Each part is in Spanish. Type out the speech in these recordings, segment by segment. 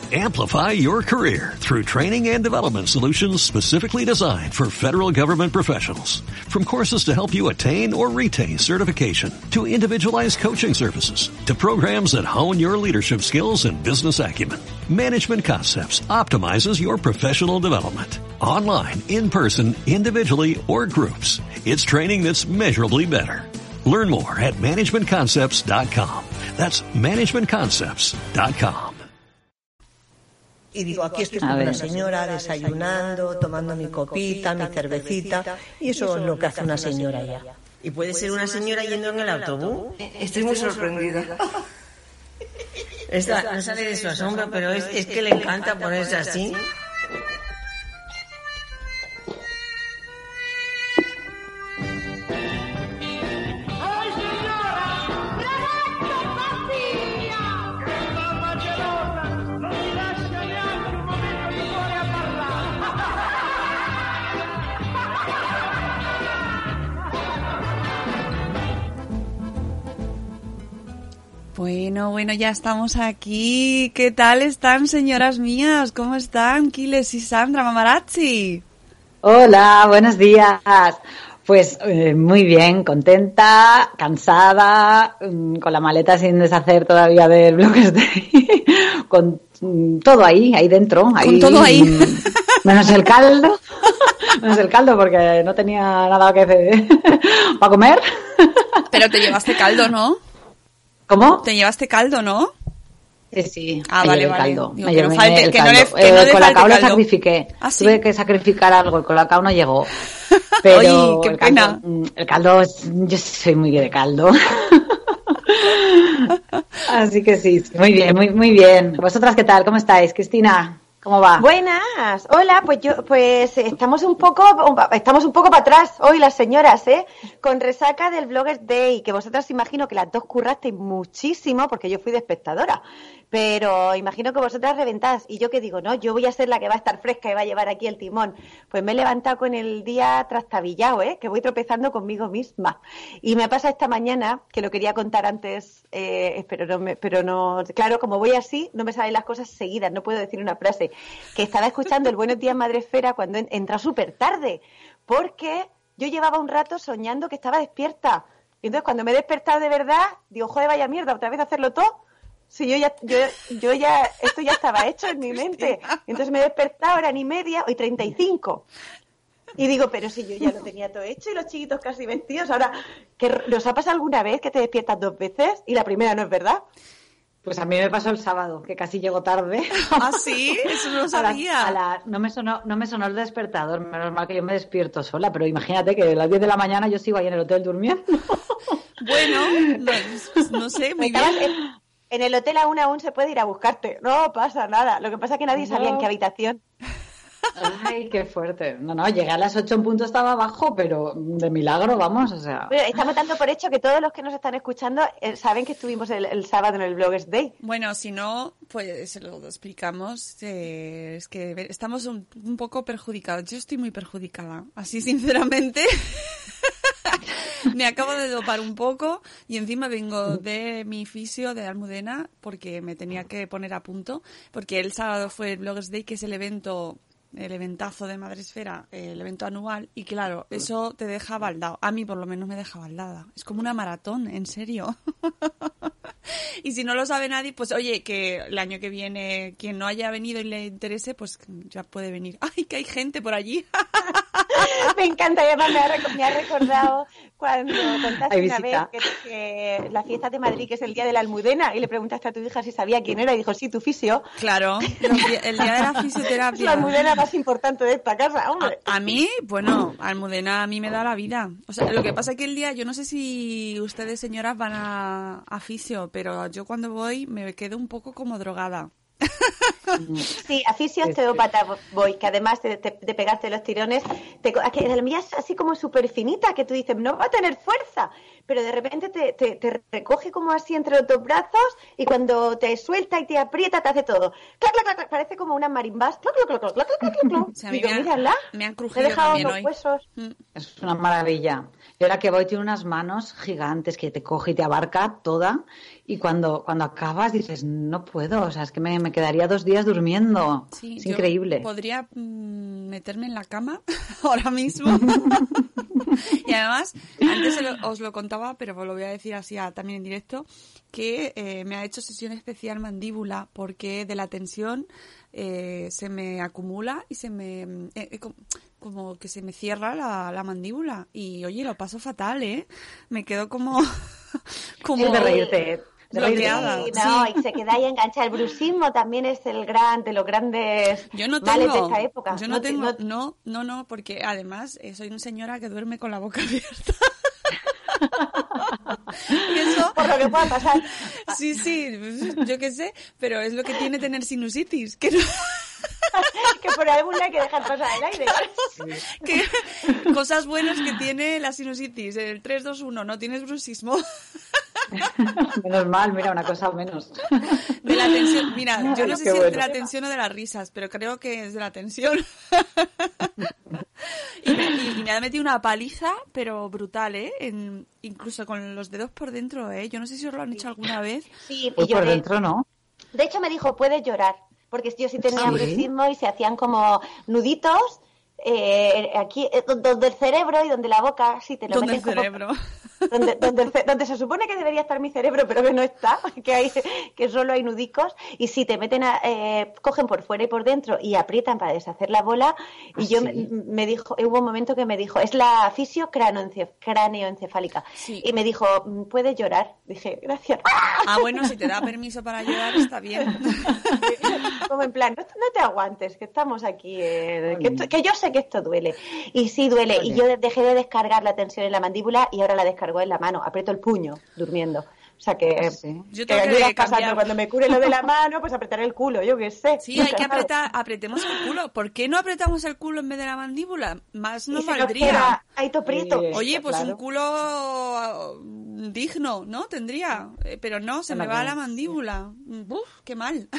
Amplify your career through training and development solutions specifically designed for federal government professionals. From courses to help you attain or retain certification, to individualized coaching services, to programs that hone your leadership skills and business acumen, Management Concepts optimizes your professional development. Online, in person, individually, or groups, it's training that's measurably better. Learn more at managementconcepts.com. That's managementconcepts.com. Y digo, aquí estoy con una señora desayunando, tomando mi copita, mi cervecita, y eso es lo que hace una señora ya. ¿Y puede ser una señora yendo en el autobús? Estoy muy sorprendida. Esta no sale de su asombro, pero es que le encanta ponerse así. Bueno, ya estamos aquí. ¿Qué tal están, señoras mías? ¿Cómo están, Quiles y Sandra Mamarazzi? Hola, buenos días. Pues muy bien, contenta, cansada, con la maleta sin deshacer todavía del Bloggers Day, con todo ahí dentro. Con ahí, todo ahí. Menos el caldo. Menos el caldo porque no tenía nada que hacer para comer. Pero te llevaste caldo, ¿no? ¿Cómo? Te llevaste caldo, ¿no? Sí. Ah, me vale, llevé vale. caldo. Digo, Me que no llevé falte, el que no caldo. le falte Colacao lo caldo. sacrifiqué. ¿Ah, sí? Tuve que sacrificar algo. El colacao no llegó. Pero Ay, qué pena. El caldo, yo soy muy de caldo. Así que sí, muy bien, muy bien. ¿Vosotras qué tal? ¿Cómo estáis, Cristina? ¿Cómo va? Buenas, hola, pues estamos un poco para atrás hoy las señoras, con resaca del Bloggers Day, que vosotras imagino que las dos currasteis muchísimo porque yo fui de espectadora, pero imagino que vosotras reventás, y yo que digo, no, yo voy a ser la que va a estar fresca y va a llevar aquí el timón. Pues me he levantado con el día trastabillado, que voy tropezando conmigo misma, y me pasa esta mañana, que lo quería contar antes, pero no, claro, como voy así, no me salen las cosas seguidas, no puedo decir una frase. Que estaba escuchando el Buenos Días Madresfera cuando entró súper tarde, porque yo llevaba un rato soñando que estaba despierta. Y entonces cuando me he despertado de verdad, digo, joder, vaya mierda, otra vez hacerlo todo. Si yo ya, esto ya estaba hecho en mi mente. Entonces me he despertado, hora y media, hoy 35. Y digo, pero si yo ya lo tenía todo hecho y los chiquitos casi vestidos. Ahora, ¿nos ha pasado alguna vez que te despiertas 2 veces y la primera no es verdad? Pues a mí me pasó el sábado, que casi llego tarde. ¿Ah, sí? Eso no lo sabía. No me sonó el despertador, menos mal que yo me despierto sola, pero imagínate que a las 10 de la mañana yo sigo ahí en el hotel durmiendo. Bueno, no sé, muy bien. En el hotel aún se puede ir a buscarte, no pasa nada. Lo que pasa es que nadie sabía en qué habitación. Ay, qué fuerte. No, llegué a las 8 en punto, estaba abajo, pero de milagro, vamos, o sea. Bueno, estamos dando por hecho que todos los que nos están escuchando saben que estuvimos el sábado en el Bloggers Day. Bueno, si no, pues se lo explicamos. Es que estamos un poco perjudicados. Yo estoy muy perjudicada, así sinceramente. Me acabo de dopar un poco y encima vengo de mi fisio de Almudena porque me tenía que poner a punto, porque el sábado fue el Bloggers Day, que es el eventazo de Madresfera, el evento anual, y claro, eso te deja baldado. A mí por lo menos me deja baldada. Es como una maratón, en serio. Y si no lo sabe nadie, pues oye, que el año que viene quien no haya venido y le interese, pues ya puede venir. ¡Ay, que hay gente por allí! Me encanta, y además me ha recordado cuando contaste una vez que la fiesta de Madrid, que es el día de la Almudena, y le preguntaste a tu hija si sabía quién era, y dijo, sí, tu fisio. Claro, el día de la fisioterapia. Es la Almudena más importante de esta casa, hombre. A mí, bueno, Almudena a mí me da la vida. O sea, lo que pasa es que el día, yo no sé si ustedes, señoras, van a fisio, pero yo cuando voy me quedo un poco como drogada. Sí, a fisio osteópata voy, que además de pegarte los tirones, que la mía es así como súper finita, que tú dices, no va a tener fuerza, pero de repente te recoge como así entre los dos brazos y cuando te suelta y te aprieta te hace todo. Clac, clac, clac, parece como unas marimbas. Clac, clac, clac, clac, clac, clac, clac. O sea, a mí digo, mírala, me han he crujido dejado también los hoy. Huesos. Es una maravilla. Era que Boy tiene unas manos gigantes que te coge y te abarca toda, y cuando acabas dices, no puedo, o sea, es que me quedaría 2 días durmiendo. Sí, es increíble. Podría meterme en la cama ahora mismo. Y además, antes os lo contaba, pero os lo voy a decir así también en directo, que me ha hecho sesión especial mandíbula porque de la tensión se me acumula y se me como que se me cierra la mandíbula y oye, lo paso fatal, me quedo como Es de reírte, bloqueada. Sí, no, Sí. y se queda ahí enganchada. El bruxismo también es de los grandes Yo no males de tengo, esta época. yo no tengo, no, porque además soy una señora que duerme con la boca abierta. Y eso, Por lo que pueda pasar. sí, yo qué sé, pero es lo que tiene tener sinusitis, que no, Que por alguna hay que dejar pasar el aire. que cosas buenas que tiene la sinusitis, el 3, 2, 1, no tienes bruxismo. Menos mal, mira, una cosa menos. De la tensión, mira, yo no sé Qué si es bueno. de la tensión o de las risas, pero creo que es de la tensión. Y me ha metido una paliza, pero brutal, incluso con los dedos por dentro, Yo no sé si os lo han hecho alguna vez. Sí, Pues y por lloré. dentro no. De hecho, me dijo, puedes llorar. Porque yo sí tenía ¿Sí? bruxismo y se hacían como nuditos aquí, donde el cerebro y donde la boca, sí, te lo ¿Dónde el metes como... cerebro? Donde se supone que debería estar mi cerebro, pero que no está, que solo hay nudicos, y si te meten cogen por fuera y por dentro y aprietan para deshacer la bola, y yo sí. me dijo, hubo un momento que me dijo, es la fisio cráneoencefálica, Sí. y me dijo, puedes llorar. Dije, gracias. Bueno, si te da permiso para llorar, está bien. Como en plan, no te aguantes, que estamos aquí, que yo sé que esto duele. Y sí duele. Y yo dejé de descargar la tensión en la mandíbula y ahora la descargo en la mano. Aprieto el puño durmiendo. O sea que, Sí. Yo que tengo me que irás pasando. cambiar. Cuando me cure lo de la mano, pues apretaré el culo, yo qué sé. Sí, hay que apretemos el culo. ¿Por qué no apretamos el culo en vez de la mandíbula? Más Y nos se nos valdría. queda ahí todo prieto. Oye, pues claro. un culo digno, ¿no? Tendría. Pero no, se me va a la mandíbula. Uf, qué mal.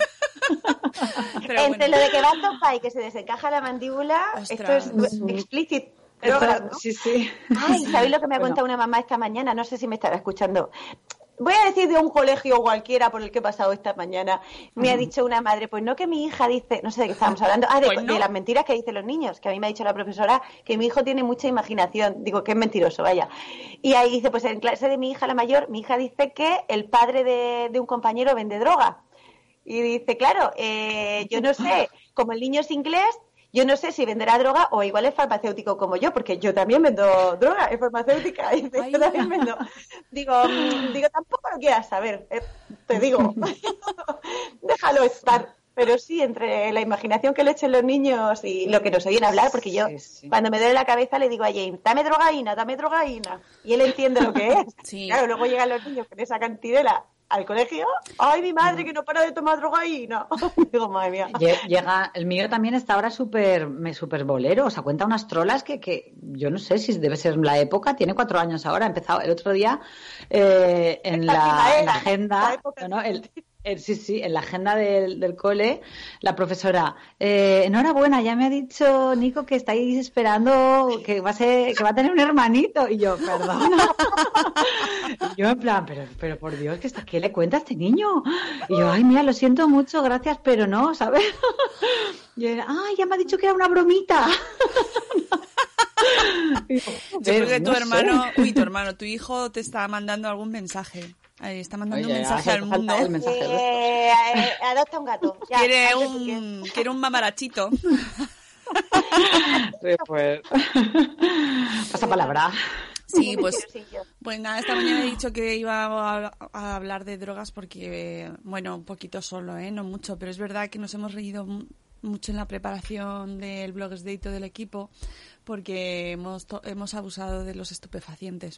Pero Entre bueno. lo de que va a topa y que se desencaja la mandíbula, Ostras. esto es explícito. Drogas, ¿no? Sí, sí. Ay, ¿sabéis lo que me ha Bueno. contado una mamá esta mañana? No sé si me estará escuchando. Voy a decir de un colegio cualquiera por el que he pasado esta mañana. Me ha dicho una madre, pues no, que mi hija dice, no sé de qué estábamos hablando, Pues no. de las mentiras que dicen los niños, que a mí me ha dicho la profesora que mi hijo tiene mucha imaginación. Digo, que es mentiroso, vaya. Y ahí dice, pues en clase de mi hija, la mayor, mi hija dice que el padre de un compañero vende droga. Y dice, claro, yo no sé, como el niño es inglés, yo no sé si venderá droga o igual es farmacéutico como yo, porque yo también vendo droga, es farmacéutica, y dice, Ay, yo también vendo. Digo, tampoco lo quieras saber, te digo, déjalo estar. Pero sí, entre la imaginación que le echen los niños y lo que nos oyen hablar, porque yo Sí. cuando me duele la cabeza le digo a James, dame drogaína. Y él entiende lo que es. Sí. Claro, luego llegan los niños con esa cantidela al colegio, ¡ay, mi madre, que no para de tomar drogaína! Digo, madre mía. Llega, el mío también está ahora súper bolero, o sea, cuenta unas trolas que yo no sé si debe ser la época, tiene 4 años ahora, ha empezado el otro día en la agenda, la época. Sí, en la agenda del cole, la profesora, enhorabuena, ya me ha dicho Nico que estáis esperando que va a tener un hermanito, y yo, perdona. Y yo en plan, pero por Dios, ¿qué le cuenta a este niño? Y yo, ay, mira, lo siento mucho, gracias, pero no, ¿sabes? Y era, ay, ya me ha dicho que era una bromita. Y yo, Yo creo que no sé. tu hijo te está mandando algún mensaje. Está mandando Oye, un mensaje hace al falta mundo. el mensaje de esto. Adopta un gato. Ya, Quiere antes de quiere un mamarachito. Sí, pues. Pasa palabra. Sí, pues Sí, yo. Pues nada, esta mañana he dicho que iba a hablar de drogas porque, bueno, un poquito solo, no mucho, pero es verdad que nos hemos reído mucho en la preparación del Bloggers Day del equipo porque hemos abusado de los estupefacientes.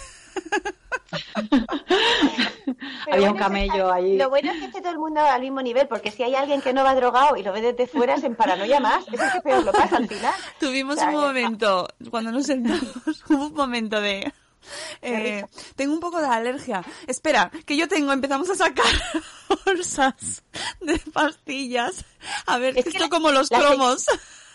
Pero Había bueno, un camello allí. Lo bueno es que esté todo el mundo al mismo nivel, porque si hay alguien que no va drogado y lo ve desde fuera, es en paranoia más. Es el que peor lo pasa al final. Tuvimos O sea, un momento, cuando nos sentamos, hubo un momento de... tengo un poco de alergia. Espera, que empezamos a sacar bolsas de pastillas. A ver, Es que esto como los cromos.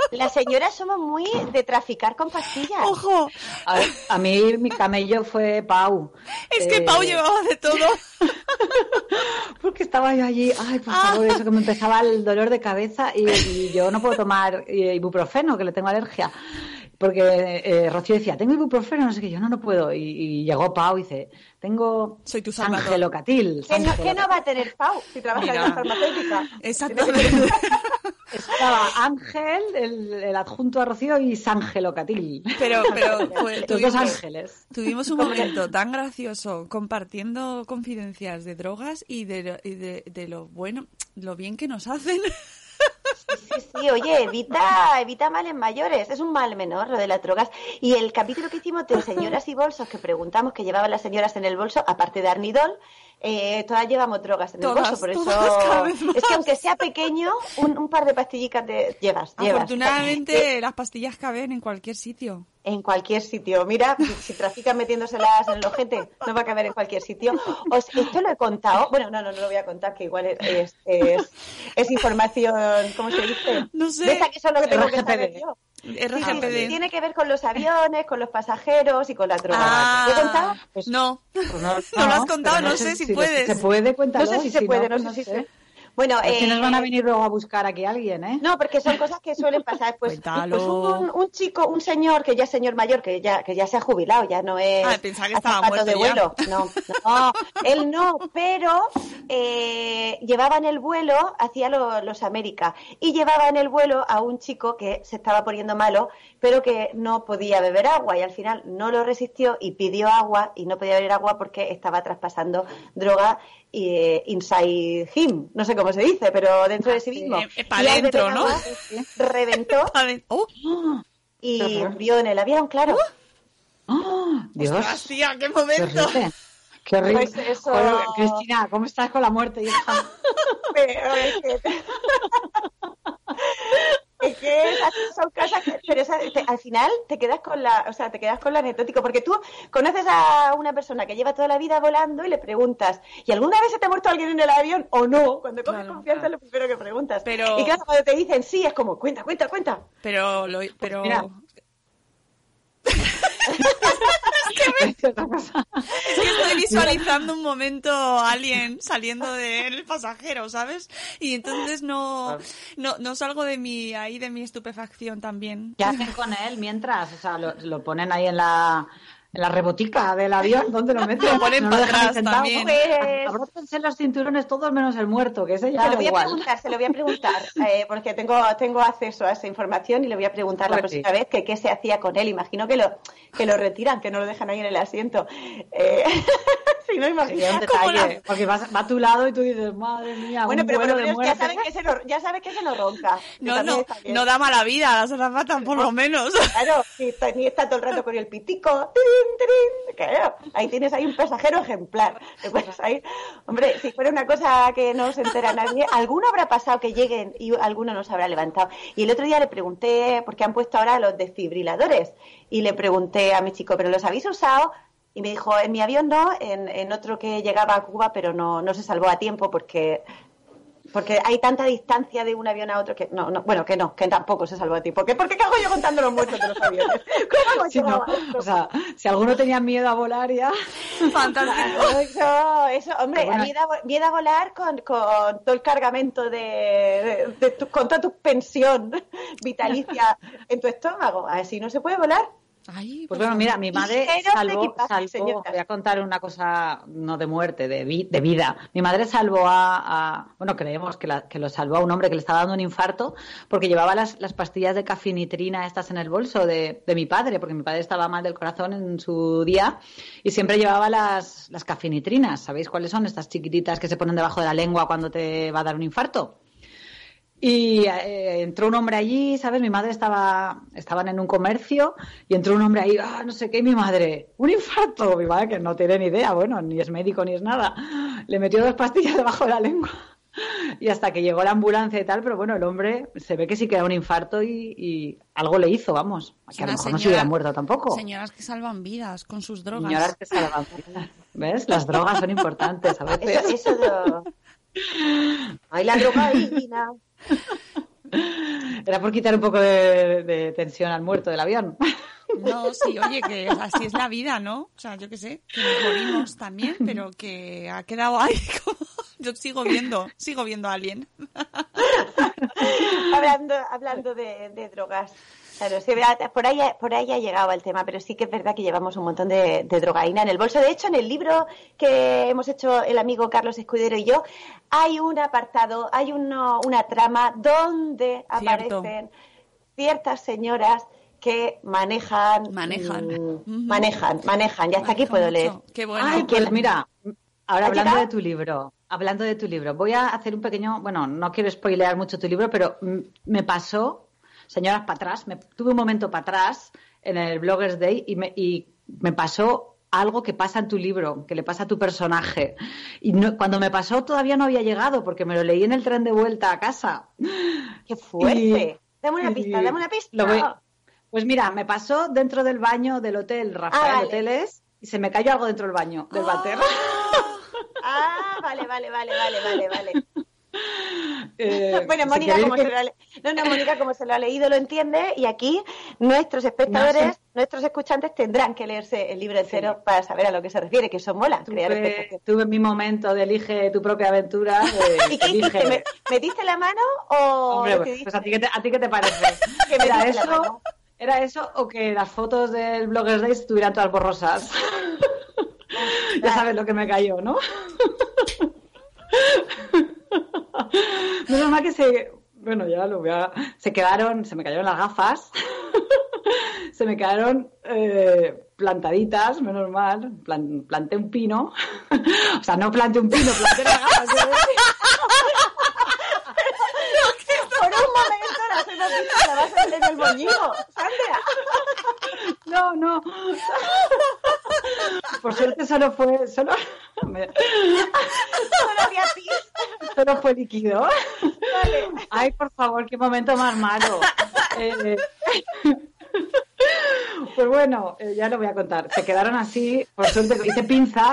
Las señoras somos muy de traficar con pastillas. ¡Ojo! A mí mi camello fue Pau. Es que Pau llevaba de todo. Porque estaba yo allí, ay, por favor, eso que me empezaba el dolor de cabeza y yo no puedo tomar ibuprofeno, que le tengo alergia. Porque Rocío decía, tengo ibuprofeno, no sé qué, yo no puedo. Y llegó Pau y dice, tengo Soy tu salvador. Angelocatil. ¿Qué no va a tener Pau si trabaja en la farmacéutica? Exactamente. Estaba Ángel, el adjunto a Rocío, y Sangelocatil. Pero Los dos ángeles. Tuvimos un momento tan gracioso compartiendo confidencias de drogas y de lo bueno, lo bien que nos hacen. Sí, oye, evita males mayores, es un mal menor lo de las drogas. Y el capítulo que hicimos de señoras y bolsos, que preguntamos qué llevaban las señoras en el bolso, aparte de Arnidol, todas llevamos drogas en el bolso, por eso es que aunque sea pequeño, un par de pastillitas llevas. Afortunadamente las pastillas caben en cualquier sitio. En cualquier sitio. Mira, si trafican metiéndoselas en el ojete, no va a caber en cualquier sitio. Esto lo he contado. Bueno, no lo voy a contar, que igual es información, ¿cómo se dice? No sé. De esa que son lo que tengo que saber yo. RGPD. Sí, tiene que ver con los aviones, con los pasajeros y con las drogas. ¿Lo he contado? Pues, no. Pues No lo has contado, no sé si puedes. Se puede, cuéntalo. No sé si se puede, no sé si se... Bueno, que nos van a venir luego a buscar aquí a alguien, ¿eh? No, porque son cosas que suelen pasar. Pues un señor que ya es señor mayor, que ya se ha jubilado, ya no es pensaba que estaba muerto de vuelo. No, él no, pero llevaba en el vuelo, hacía los América, y llevaba en el vuelo a un chico que se estaba poniendo malo, pero que no podía beber agua, y al final no lo resistió y pidió agua, y no podía beber agua porque estaba traspasando droga inside him, no sé cómo se dice, pero dentro de sí mismo. Para adentro, ¿no? Reventó y murió en el avión, claro. Dios. ¡Ostras, tía, qué momento! Qué horrible. Pues eso... Oye, Cristina, ¿cómo estás con la muerte, hija? Pero es que son cosas que, pero al final te quedas con la anecdótico, porque tú conoces a una persona que lleva toda la vida volando y le preguntas, ¿y alguna vez se te ha muerto alguien en el avión o no? Cuando coges confianza es lo primero que preguntas. Y claro, cuando te dicen sí, es como, cuenta. Pero Mira. Es que estoy visualizando un momento alien saliendo del pasajero, ¿sabes? Y entonces no salgo de mi estupefacción también. ¿Qué hacen con él mientras? O sea, lo ponen ahí en la rebotica del avión, ¿dónde lo meten? Lo ponen para atrás también. Abrótense los cinturones todos menos el muerto, que ese ya se lo voy a preguntar, porque tengo acceso a esa información y le voy a preguntar la próxima vez que qué se hacía con él. Imagino que lo retiran, que no lo dejan ahí en el asiento. Si no, imagino un detalle. Porque va a tu lado y tú dices, madre mía, bueno, pero ya sabes que se lo ronca. No da mala vida a las azafatas, por lo menos. Claro, ni está todo el rato con el pitico. Claro, ahí tienes ahí un pasajero ejemplar. Hombre, si fuera una cosa que no se entera nadie, alguno habrá pasado que lleguen y alguno nos habrá levantado. Y el otro día le pregunté, porque han puesto ahora los desfibriladores, y le pregunté a mi chico, ¿pero los habéis usado? Y me dijo, en mi avión no, en otro que llegaba a Cuba, pero no se salvó a tiempo porque hay tanta distancia de un avión a otro que que tampoco se salvó a tiempo. ¿Por qué cago yo contando los muertos de los aviones? Si alguno tenía miedo a volar ya. Fantástico. Eso, hombre, bueno, miedo a volar con todo el cargamento con toda tu pensión vitalicia en tu estómago. A ver si no se puede volar. Ay, pues bueno, mira, mi madre salvó, voy a contar una cosa no de muerte, de vida. Mi madre salvó bueno, creemos que lo salvó a un hombre que le estaba dando un infarto porque llevaba las pastillas de cafinitrina estas en el bolso de mi padre, porque mi padre estaba mal del corazón en su día y siempre llevaba las cafinitrinas. ¿Sabéis cuáles son? Estas chiquititas que se ponen debajo de la lengua cuando te va a dar un infarto. Y entró un hombre allí, ¿sabes? Mi madre estaban en un comercio y entró un hombre ahí, no sé qué, y mi madre, un infarto. Mi madre, que no tiene ni idea, bueno, ni es médico ni es nada, le metió 2 pastillas debajo de la lengua y hasta que llegó la ambulancia y tal, pero bueno, el hombre se ve que sí que era un infarto y algo le hizo, vamos, que a lo mejor no se hubiera muerto tampoco. Señoras que salvan vidas con sus drogas. Señoras que salvan vidas, ¿ves? Las drogas son importantes a veces. Ay, la droga divina. Era por quitar un poco de tensión al muerto del avión. No, sí, oye, que así es la vida, ¿no? O sea, yo qué sé, que nos morimos también, pero que ha quedado ahí como... Yo sigo viendo a alguien. Hablando de drogas. Claro, sí, por ahí ha llegado el tema, pero sí que es verdad que llevamos un montón de drogaína en el bolso. De hecho, en el libro que hemos hecho el amigo Carlos Escudero y yo, hay un apartado, hay una trama donde aparecen ciertas señoras que manejan. Y hasta aquí puedo leer. Qué bueno. Ay, pues mira, ahora hablando de tu libro, voy a hacer un pequeño, bueno, no quiero spoilear mucho tu libro, pero me pasó, señoras para atrás, tuve un momento para atrás en el Bloggers Day y me pasó algo que pasa en tu libro, que le pasa a tu personaje. Y cuando me pasó todavía no había llegado, porque me lo leí en el tren de vuelta a casa. ¡Qué fuerte! Dame una pista. Pues mira, me pasó dentro del baño del hotel Rafael Hoteles y se me cayó algo dentro del baño, del váter. Vale. Bueno, Mónica, Mónica, como se lo ha leído, lo entiende, y aquí nuestros espectadores, nuestros escuchantes tendrán que leerse el libro entero para saber a lo que se refiere, que eso mola. Tuve mi momento de elige tu propia aventura. ¿Y qué hiciste? ¿Me diste la mano o...? Hombre, pues a ti qué te parece. ¿Era eso o que las fotos del Bloggers Day estuvieran todas borrosas? Ya sabes lo que me cayó, ¿no? Menos mal que se me cayeron las gafas, se me quedaron plantaditas, menos mal, planté un pino, o sea, no planté un pino, planté las gafas. Por un momento las hemos visto la base en el moñigo, Sandra. No. Por suerte solo había pis. Solo fue líquido. Vale. Ay, por favor, qué momento más malo. Pues bueno, ya lo voy a contar. Se quedaron así, por suerte, hice pinza.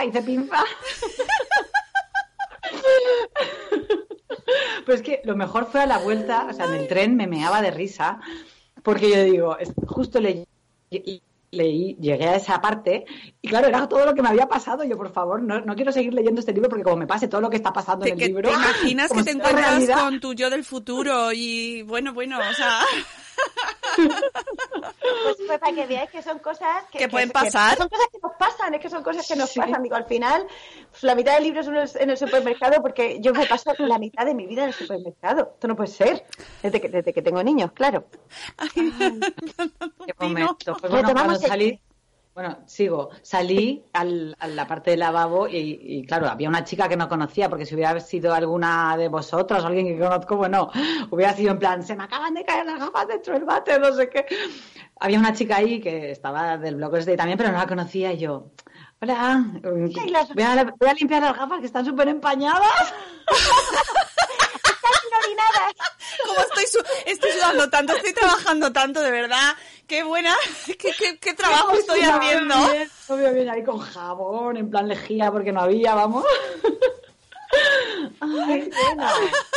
Pero es que lo mejor fue a la vuelta, o sea, en el tren me meaba de risa, porque yo digo, justo llegué a esa parte y claro, era todo lo que me había pasado. Yo, por favor, no quiero seguir leyendo este libro porque como me pase todo lo que está pasando en el libro... ¿Te imaginas que te encuentras con tu yo del futuro? Y bueno, o sea... Pues para que veáis que son cosas que pueden pasar. Que son cosas que nos pasan, es que son cosas que nos pasan. Digo, al final, pues, la mitad del libro es en el supermercado porque yo me paso la mitad de mi vida en el supermercado. Esto no puede ser. Desde que tengo niños, claro. Qué momento. Pues bueno, cuando salí... Bueno, salí a la parte del lavabo y claro, había una chica que no conocía, porque si hubiera sido alguna de vosotros o alguien que conozco, bueno, hubiera sido en plan, se me acaban de caer las gafas dentro del váter, no sé qué. Había una chica ahí que estaba del Bloggers Day también, pero no la conocía y yo, hola, voy a limpiar las gafas que están súper empañadas. Como estoy sudando tanto, estoy trabajando tanto, de verdad. Qué buena, qué trabajo estoy haciendo. Bien, ahí con jabón, en plan lejía, porque no había, vamos. Ay, buena.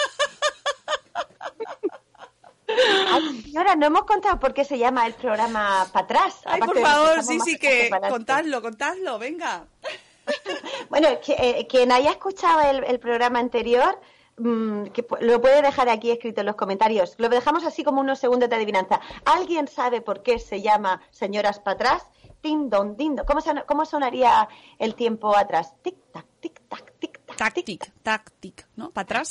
Ay, señora, no hemos contado por qué se llama el programa para atrás. Ay, por favor, sí, que contadlo, venga. Bueno, quien haya escuchado el programa anterior... que lo puede dejar aquí escrito en los comentarios. Lo dejamos así como unos segundos de adivinanza. ¿Alguien sabe por qué se llama Señoras para atrás? Ding dong, ding dong. ¿Cómo sonaría el tiempo atrás? Tic tac, tic tac, tic tac. Tac, tic, ¿no? ¿Para atrás?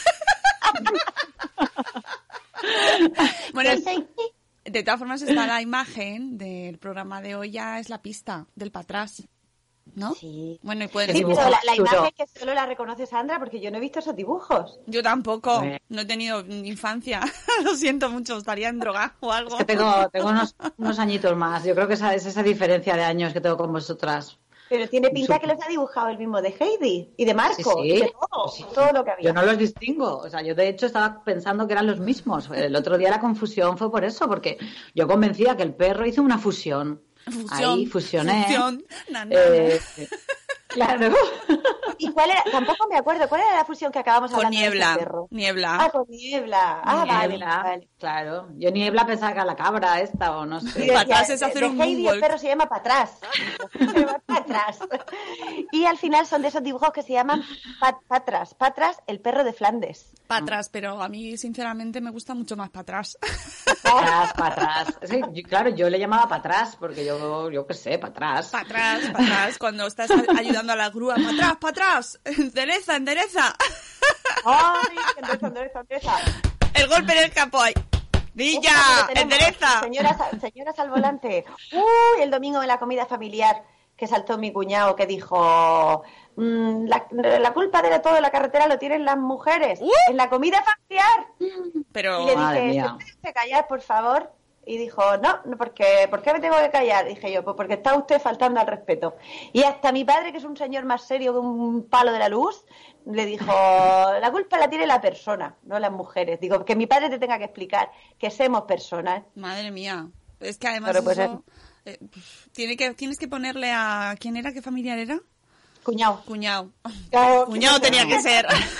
Bueno, de todas formas está la imagen del programa de hoy, ya es la pista del para atrás, ¿no? Sí. Bueno, y pueden pero la imagen que solo la reconoce Sandra, porque yo no he visto esos dibujos. Yo tampoco, no he tenido infancia. Lo siento mucho, estaría en droga o algo. Es que tengo unos añitos más. Yo creo que es esa diferencia de años que tengo con vosotras. Pero tiene pinta que los ha dibujado el mismo de Heidi y de Marco y de todo lo que había. Yo no los distingo. O sea, yo de hecho estaba pensando que eran los mismos. El otro día la confusión fue por eso, porque yo convencía que el perro hizo una fusión. Ahí fusioné. Claro. ¿Y cuál era? Tampoco me acuerdo. ¿Cuál era la fusión que acabamos Con hablando de niebla. ese perro? Niebla. Ah, con niebla. Ah, Niebla, vale. claro. Yo Niebla pensaba que era la cabra esta o no Y sé. decía, Para atrás es hacer de un Heidi el moonwalk. perro se llama para atrás. Se llama para atrás. Y al final son de esos dibujos que se llaman Patras. Patras, el perro de Flandes. Para atrás, pero a mí sinceramente me gusta mucho más para atrás. Para atrás. Es que, claro, yo le llamaba para atrás porque yo qué sé, para atrás. Para atrás, para atrás, cuando estás ayudando a la grúa, para atrás, endereza, endereza. ¡Ay! Endereza. El golpe en el capo ahí. Villa, endereza. Señoras al volante. Uy, el domingo en la comida familiar que saltó mi cuñado que dijo la culpa de todo la carretera lo tienen las mujeres en la comida familiar. Pero, Y le Madre dije, mía. ¿se puede callar, por favor? Y dijo, no, ¿por qué me tengo que callar? Dije yo, pues porque está usted faltando al respeto. Y hasta mi padre, que es un señor más serio que un palo de la luz, le dijo, la culpa la tiene la persona, no las mujeres. Digo, que mi padre te tenga que explicar que somos personas. madre mía, es que además Pero pues eso, tienes que ponerle a... ¿Quién era? ¿Qué familiar era? Cuñado. Cuñado. Claro, Cuñado tenía que ser.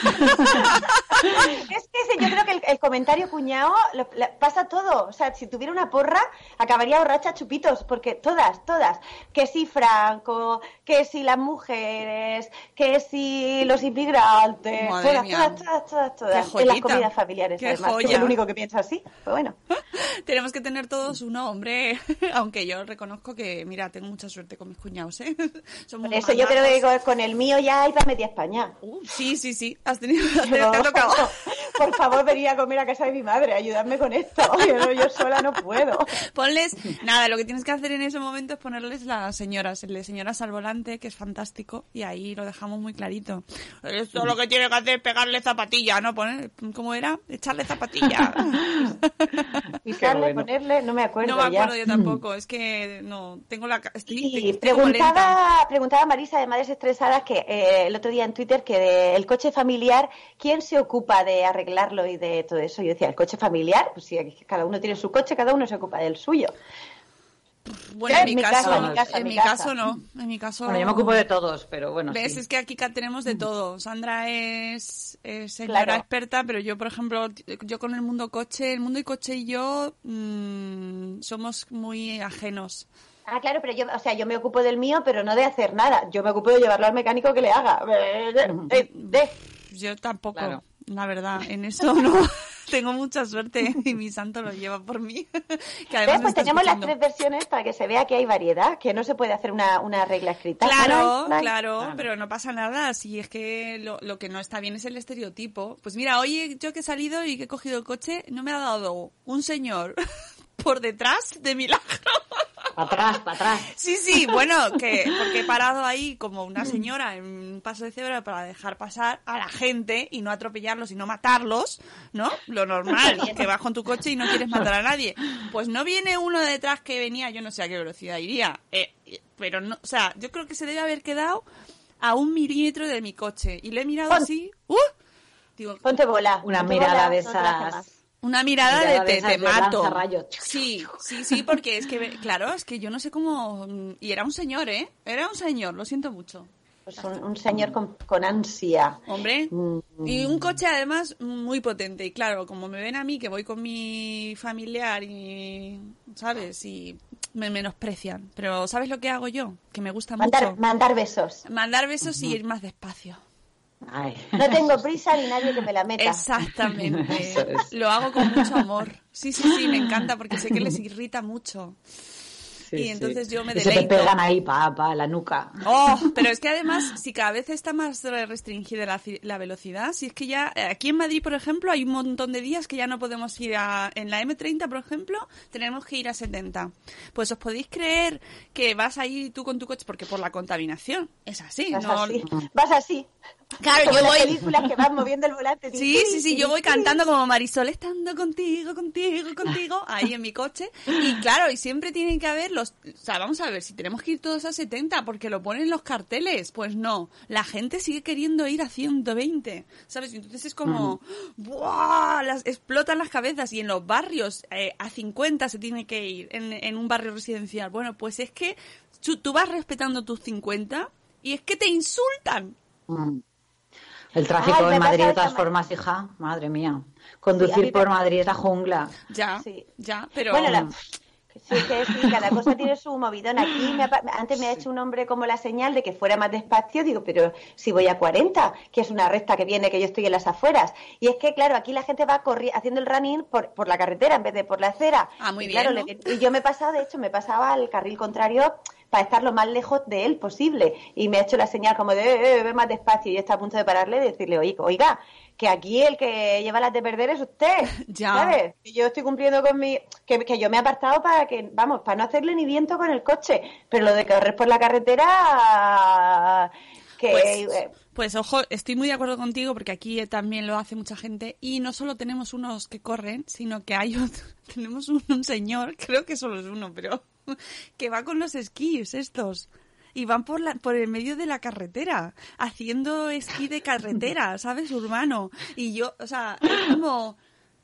Es que yo creo que el comentario cuñado pasa todo. O sea, si tuviera una porra, acabaría borracha a chupitos, porque todas, que si Franco, que si las mujeres, que si los inmigrantes, Madre mía. todas. Qué En las joyita. comidas familiares, Qué además. joya. Soy el único que piensa así. Pero bueno. Tenemos que tener todos uno, hombre. Aunque yo reconozco que, mira, tengo mucha suerte con mis cuñados, ¿eh? Son muy Eso yo creo majos. que con el mío ya iba media España. Sí. Has tenido... Te ha tocado. Por favor, venir a comer a casa de mi madre, ayudarme con esto. Yo sola no puedo. Ponles, nada, lo que tienes que hacer en ese momento es ponerles las señoras, el de señoras al volante, que es fantástico, y ahí lo dejamos muy clarito. Esto lo que tiene que hacer es pegarle zapatilla, ¿no? ¿Cómo era? Echarle zapatilla. Pisarle, bueno. ponerle, no me acuerdo No me acuerdo ya. yo tampoco, es que no, tengo la... Y estoy como lenta. preguntaba Marisa de Madres Estresadas que el otro día en Twitter que el coche familiar, ¿quién se ocupa de arreglarlo y de todo eso? Yo decía, ¿el coche familiar? Pues sí, cada uno tiene su coche, cada uno se ocupa del suyo. Bueno, en mi caso no. En mi caso... Bueno, yo me ocupo de todos, pero bueno, ¿Ves? sí. Es que aquí tenemos de todo. Sandra es señora Claro. experta, pero yo, por ejemplo, yo con el mundo y coche y yo somos muy ajenos. Ah, claro, pero yo me ocupo del mío, pero no de hacer nada. Yo me ocupo de llevarlo al mecánico que le haga. Yo tampoco, Claro. la verdad. En eso no tengo mucha suerte y mi santo lo lleva por mí. Que además me Pues está tenemos las escuchando. 3 versiones para que se vea que hay variedad, que no se puede hacer una regla escrita. Claro, No hay. claro, pero no pasa nada. Si es que lo que no está bien es el estereotipo. Pues mira, hoy yo que he salido y que he cogido el coche, no me ha dado un señor por detrás de milagro. Para atrás. Sí, bueno, porque he parado ahí como una señora en un paso de cebra para dejar pasar a la gente y no atropellarlos y no matarlos, ¿no? Lo normal, que vas con tu coche y no quieres matar a nadie. Pues no viene uno detrás que venía, yo no sé a qué velocidad iría, pero no, o sea, yo creo que se debe haber quedado a 1 milímetro de mi coche y le he mirado así, digo, Ponte bola. Una ponte mirada bola, de no te la hace esas. más. una mirada Mirada de de esas te de mato. lanzarrayos. Sí, porque es que, claro, es que yo no sé cómo... Y era un señor, ¿eh? Era un señor, lo siento mucho. Pues un señor con ansia. Hombre, y un coche además muy potente. Y claro, como me ven a mí, que voy con mi familiar y, ¿sabes? Y me menosprecian. Pero ¿sabes lo que hago yo? Que me gusta mucho. Mandar besos. Mandar besos y ir más despacio. Ay. No tengo prisa ni nadie que me la meta. Exactamente. Eso es. Lo hago con mucho amor. Sí, me encanta porque sé que les irrita mucho. Sí, Y entonces yo me Y se te deleito. pegan ahí, la nuca. Oh, pero es que además, si cada vez está más restringida la velocidad, si es que ya, aquí en Madrid, por ejemplo, hay un montón de días que ya no podemos ir en la M30, por ejemplo, tenemos que ir a 70. Pues os podéis creer que vas ahí tú con tu coche, porque por la contaminación, es así, Vas ¿no? así. Vas así. Claro, Como yo las voy... películas que vas moviendo el volante. Sí, yo voy cantando como Marisol, estando contigo, ahí en mi coche. Y claro, y siempre tienen que haber o sea, vamos a ver, si tenemos que ir todos a 70 porque lo ponen en los carteles, pues no, la gente sigue queriendo ir a 120, ¿sabes? Y entonces es como, ¡buah! Explotan las cabezas y en los barrios a 50 se tiene que ir, en un barrio residencial. Bueno, pues es que tú vas respetando tus 50 y es que te insultan. El tráfico me en Madrid pasa de todas eso. formas, hija, madre mía. Sí, a Conducir mí por me- Madrid es la jungla. Ya, Sí. ya, pero... Bueno, sí, cada cosa tiene su movidón. Aquí antes me ha hecho un hombre como la señal de que fuera más despacio. Digo, pero si voy a 40, que es una recta que viene, que yo estoy en las afueras. Y es que, claro, aquí la gente va haciendo el running por la carretera en vez de por la acera. Ah, muy y bien, claro, ¿no? y yo me pasaba al carril contrario para estar lo más lejos de él posible. Y me ha hecho la señal como de, ve más despacio. Y yo estaba a punto de pararle y decirle, oiga, que aquí el que lleva las de perder es usted. Ya. ¿Sabes? Y yo estoy cumpliendo con que yo me he apartado para no hacerle ni viento con el coche. Pero lo de correr por la carretera, Pues ojo, estoy muy de acuerdo contigo porque aquí también lo hace mucha gente y no solo tenemos unos que corren, sino que hay tenemos un señor, creo que solo es uno, pero que va con los esquís estos y van por el medio de la carretera haciendo esquí de carretera, ¿sabes? Urbano. Y yo, o sea, es como...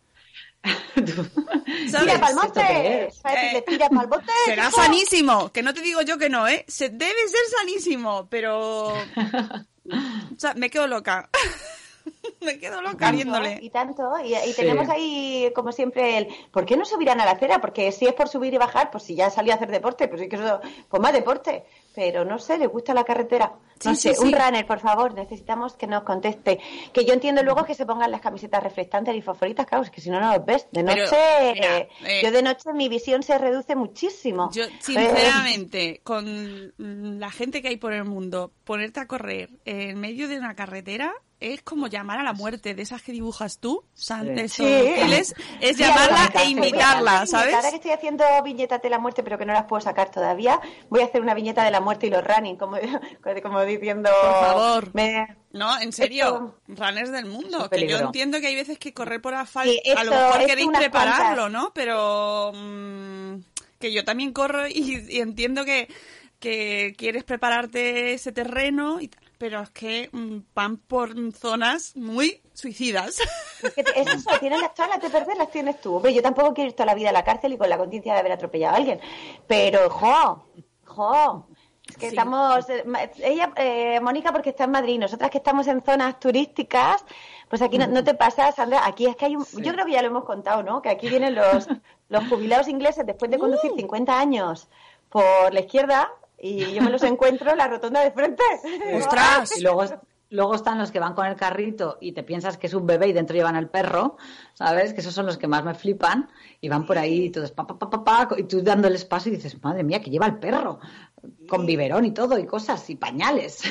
tira pa'l ¿Esto qué monte. es? Tira pa'l monte. Será chico. sanísimo, que no te digo yo que no, ¿eh? Debe ser sanísimo, pero... O sea, me quedo loca. Me quedo loca viéndole. Y tanto, y tenemos ahí, como siempre, ¿por qué no subirán a la acera? Porque si es por subir y bajar, pues si ya salió a hacer deporte, pues sí que eso, pues más deporte. Pero no sé, le gusta la carretera. No Sí, sé, sí, un sí. runner, por favor, necesitamos que nos conteste. Que yo entiendo luego que se pongan las camisetas reflectantes y fosforitas, claro, es que si no, no los ves. De Pero, noche, mira, yo de noche mi visión se reduce muchísimo. Yo, sinceramente, con la gente que hay por el mundo, ponerte a correr en medio de una carretera es como llamar a la muerte de esas que dibujas tú, de esos hoteles, es Sí, llamarla además, e invitarla, ¿sabes? Ahora que estoy haciendo viñetas de la muerte, pero que no las puedo sacar todavía, voy a hacer una viñeta de la muerte y los running, como diciendo... Por favor. Me- No, en serio, runners del mundo, Es un que yo peligro. entiendo que hay veces que correr por asfalto, Sí, a lo eso, mejor es queréis unas prepararlo, cuantas. ¿no? Pero que yo también corro y entiendo que quieres prepararte ese terreno, pero es que van por zonas muy suicidas. Es que es eso, todas las de perder las tienes tú. Hombre, yo tampoco quiero ir toda la vida a la cárcel y con la conciencia de haber atropellado a alguien. Pero, es que Sí. estamos... ella, Mónica, porque está en Madrid, nosotras que estamos en zonas turísticas, pues aquí no te pasa, Sandra, aquí es que hay yo creo que ya lo hemos contado, ¿no? Que aquí vienen los jubilados ingleses después de conducir 50 años por la izquierda y yo me los encuentro en la rotonda de frente. ¡Ostras! Y luego están los que van con el carrito y te piensas que es un bebé y dentro llevan al perro, ¿sabes? Que esos son los que más me flipan y van por ahí todos y tú dándoles paso y dices, madre mía, que lleva el perro con biberón y todo y cosas y pañales.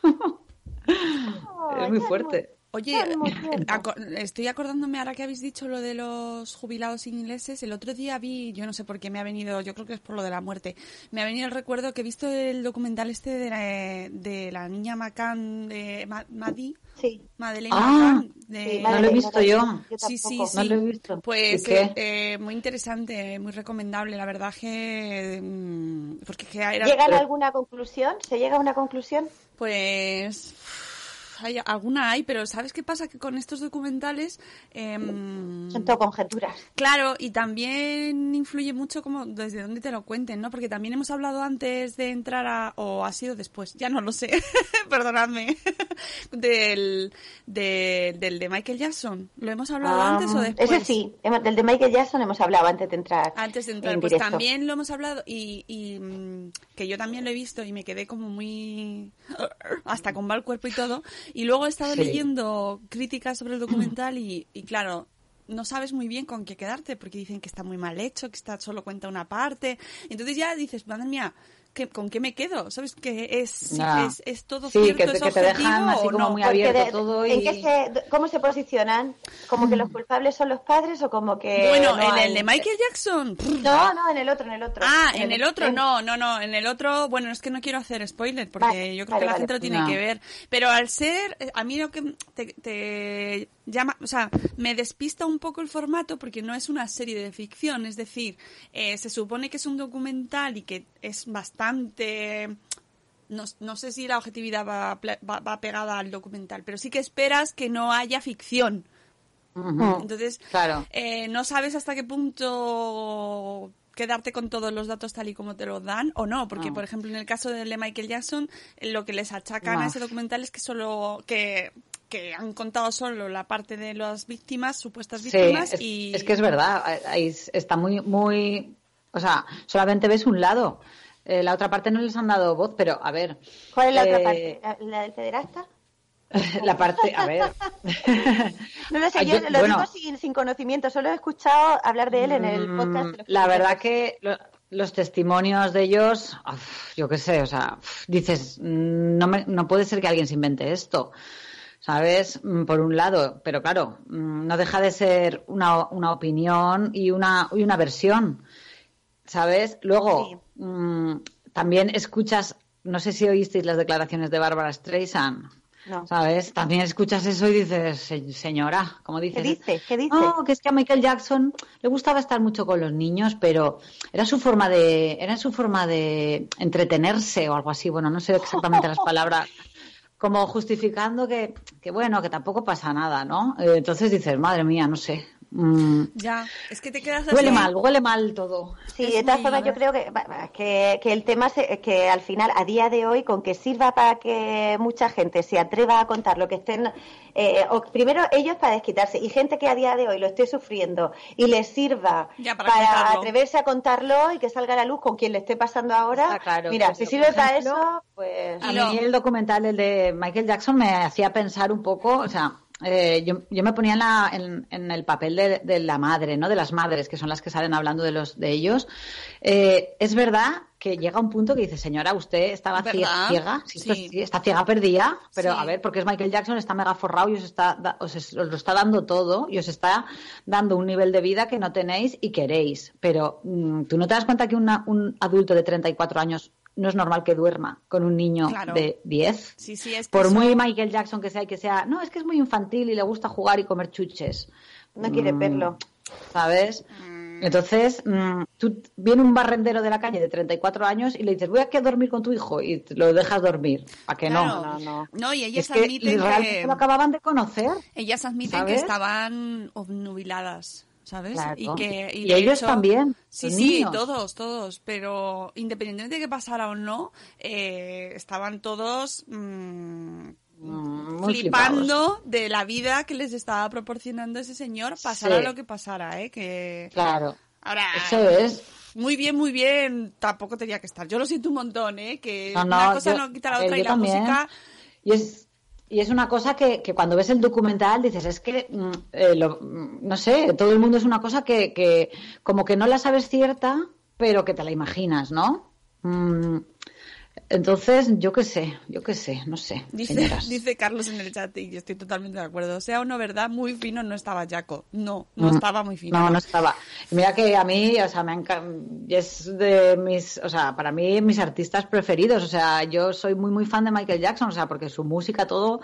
Es muy fuerte. Oye, Al mismo tiempo. estoy acordándome ahora que habéis dicho lo de los jubilados ingleses. El otro día vi, yo no sé por qué me ha venido, yo creo que es por lo de la muerte, me ha venido el recuerdo que he visto el documental este de la niña McCann, de Maddie, Sí. Madeleine Ah, McCann. Sí, no lo he visto yo. Sí, sí, tampoco. sí. No lo he visto. Pues ¿Y qué? muy interesante, muy recomendable, la verdad que... porque es que era... ¿Llegan a alguna conclusión? ¿Se llega a una conclusión? Pues alguna hay, pero ¿sabes qué pasa? Que con estos documentales... Son todo conjeturas. Claro, y también influye mucho como desde dónde te lo cuenten, ¿no? Porque también hemos hablado antes de entrar o ha sido después, ya no lo sé, perdonadme, del de Michael Jackson. ¿Lo hemos hablado antes o después? Ese sí, del de Michael Jackson hemos hablado antes de entrar. Antes de entrar, en pues directo. también lo hemos hablado y que yo también lo he visto y me quedé como muy... hasta con mal cuerpo y todo. Y luego he estado Sí. leyendo críticas sobre el documental y claro, no sabes muy bien con qué quedarte porque dicen que está muy mal hecho, que solo cuenta una parte. Entonces ya dices, madre mía, ¿con qué me quedo? ¿Sabes? Que es todo Sí, cierto, que es te dejan objetivo así o como no. muy Porque abierto todo ¿en y... qué ¿cómo se posicionan? ¿Como que los culpables son los padres o como que...? Bueno, no en hay- el de Michael Jackson... No, en el otro. Ah, en el otro no, en el otro, bueno, es que no quiero hacer spoiler porque Vale, yo creo que la vale. gente lo tiene No. que ver, pero al ser, a mí lo que te llama, o sea, me despista un poco el formato porque no es una serie de ficción, es decir, se supone que es un documental y que es bastante... No sé si la objetividad va pegada al documental, pero sí que esperas que no haya ficción. Ujú. Entonces, Claro. no sabes hasta qué punto quedarte con todos los datos tal y como te los dan o no, porque por ejemplo en el caso de Michael Jackson lo que les achacan a ese documental es que solo que han contado solo la parte de las víctimas, supuestas víctimas. Sí, es que es verdad, ahí está muy, o sea, solamente ves un lado, la otra parte no les han dado voz, pero a ver. ¿Cuál es la otra parte? ¿La del pederasta? La parte, a ver. No lo sé, yo lo digo sin conocimiento, solo he escuchado hablar de él en el podcast. La verdad que los testimonios de ellos, yo qué sé, o sea, dices, no puede ser que alguien se invente esto. ¿Sabes? Por un lado, pero claro, no deja de ser una opinión y una versión, ¿sabes? Luego, también escuchas, no sé si oísteis las declaraciones de Barbara Streisand, no. ¿Sabes? También escuchas eso y dices, señora, ¿cómo dices? ¿Qué dice? No, que es que a Michael Jackson le gustaba estar mucho con los niños, pero era su forma de entretenerse o algo así, bueno, no sé exactamente las palabras. Como justificando que bueno, que tampoco pasa nada, ¿no? Entonces dices, madre mía, no sé. Ya, es que te quedas así. Huele mal todo. Sí, de todas formas yo creo que el tema que al final, a día de hoy, con que sirva para que mucha gente se atreva a contar lo que estén, primero ellos para desquitarse, y gente que a día de hoy lo esté sufriendo y les sirva para atreverse a contarlo y que salga a la luz con quien le esté pasando ahora. Claro, mira, si sirve para eso, pues... A mí el documental, el de Michael Jackson, me hacía pensar un poco, o sea... yo me ponía en el papel de la madre, ¿no? De las madres, que son las que salen hablando de ellos. Es verdad que llega un punto que dice, señora, usted estaba ciega, está ciega perdida, pero a ver, porque es Michael Jackson, está mega forrado y os lo está dando todo y os está dando un nivel de vida que no tenéis y queréis. Pero tú no te das cuenta que un adulto de 34 años no es normal que duerma con un niño de 10. Sí, es que por muy Michael Jackson que sea, no, es que es muy infantil y le gusta jugar y comer chuches. No quiere verlo. ¿Sabes? Entonces, tú viene un barrendero de la calle de 34 años y le dices, voy a dormir con tu hijo y lo dejas dormir. ¿A que no? No, y ellas es que admiten realmente lo acababan de conocer. Ellas admiten, ¿sabes?, que estaban obnubiladas. ¿Sabes? Claro. Y ellos hecho, también. Sí, niños. todos. Pero independientemente de que pasara o no, estaban todos flipando flipados de la vida que les estaba proporcionando ese señor, pasara lo que pasara, que... Claro. Ahora, eso es. Muy bien, tampoco tenía que estar. Yo lo siento un montón, que una cosa no quita la otra y la también. Música... Y es una cosa que cuando ves el documental dices, es que, no sé, todo el mundo es una cosa que como que no la sabes cierta, pero que te la imaginas, ¿no? Entonces, yo qué sé, no sé. Dice Carlos en el chat, y yo estoy totalmente de acuerdo. Sea o no verdad, muy fino no estaba Jaco. No estaba muy fino. No estaba. Y mira que a mí, o sea, es de mis, o sea, para mí mis artistas preferidos. O sea, yo soy muy fan de Michael Jackson, o sea, porque su música todo,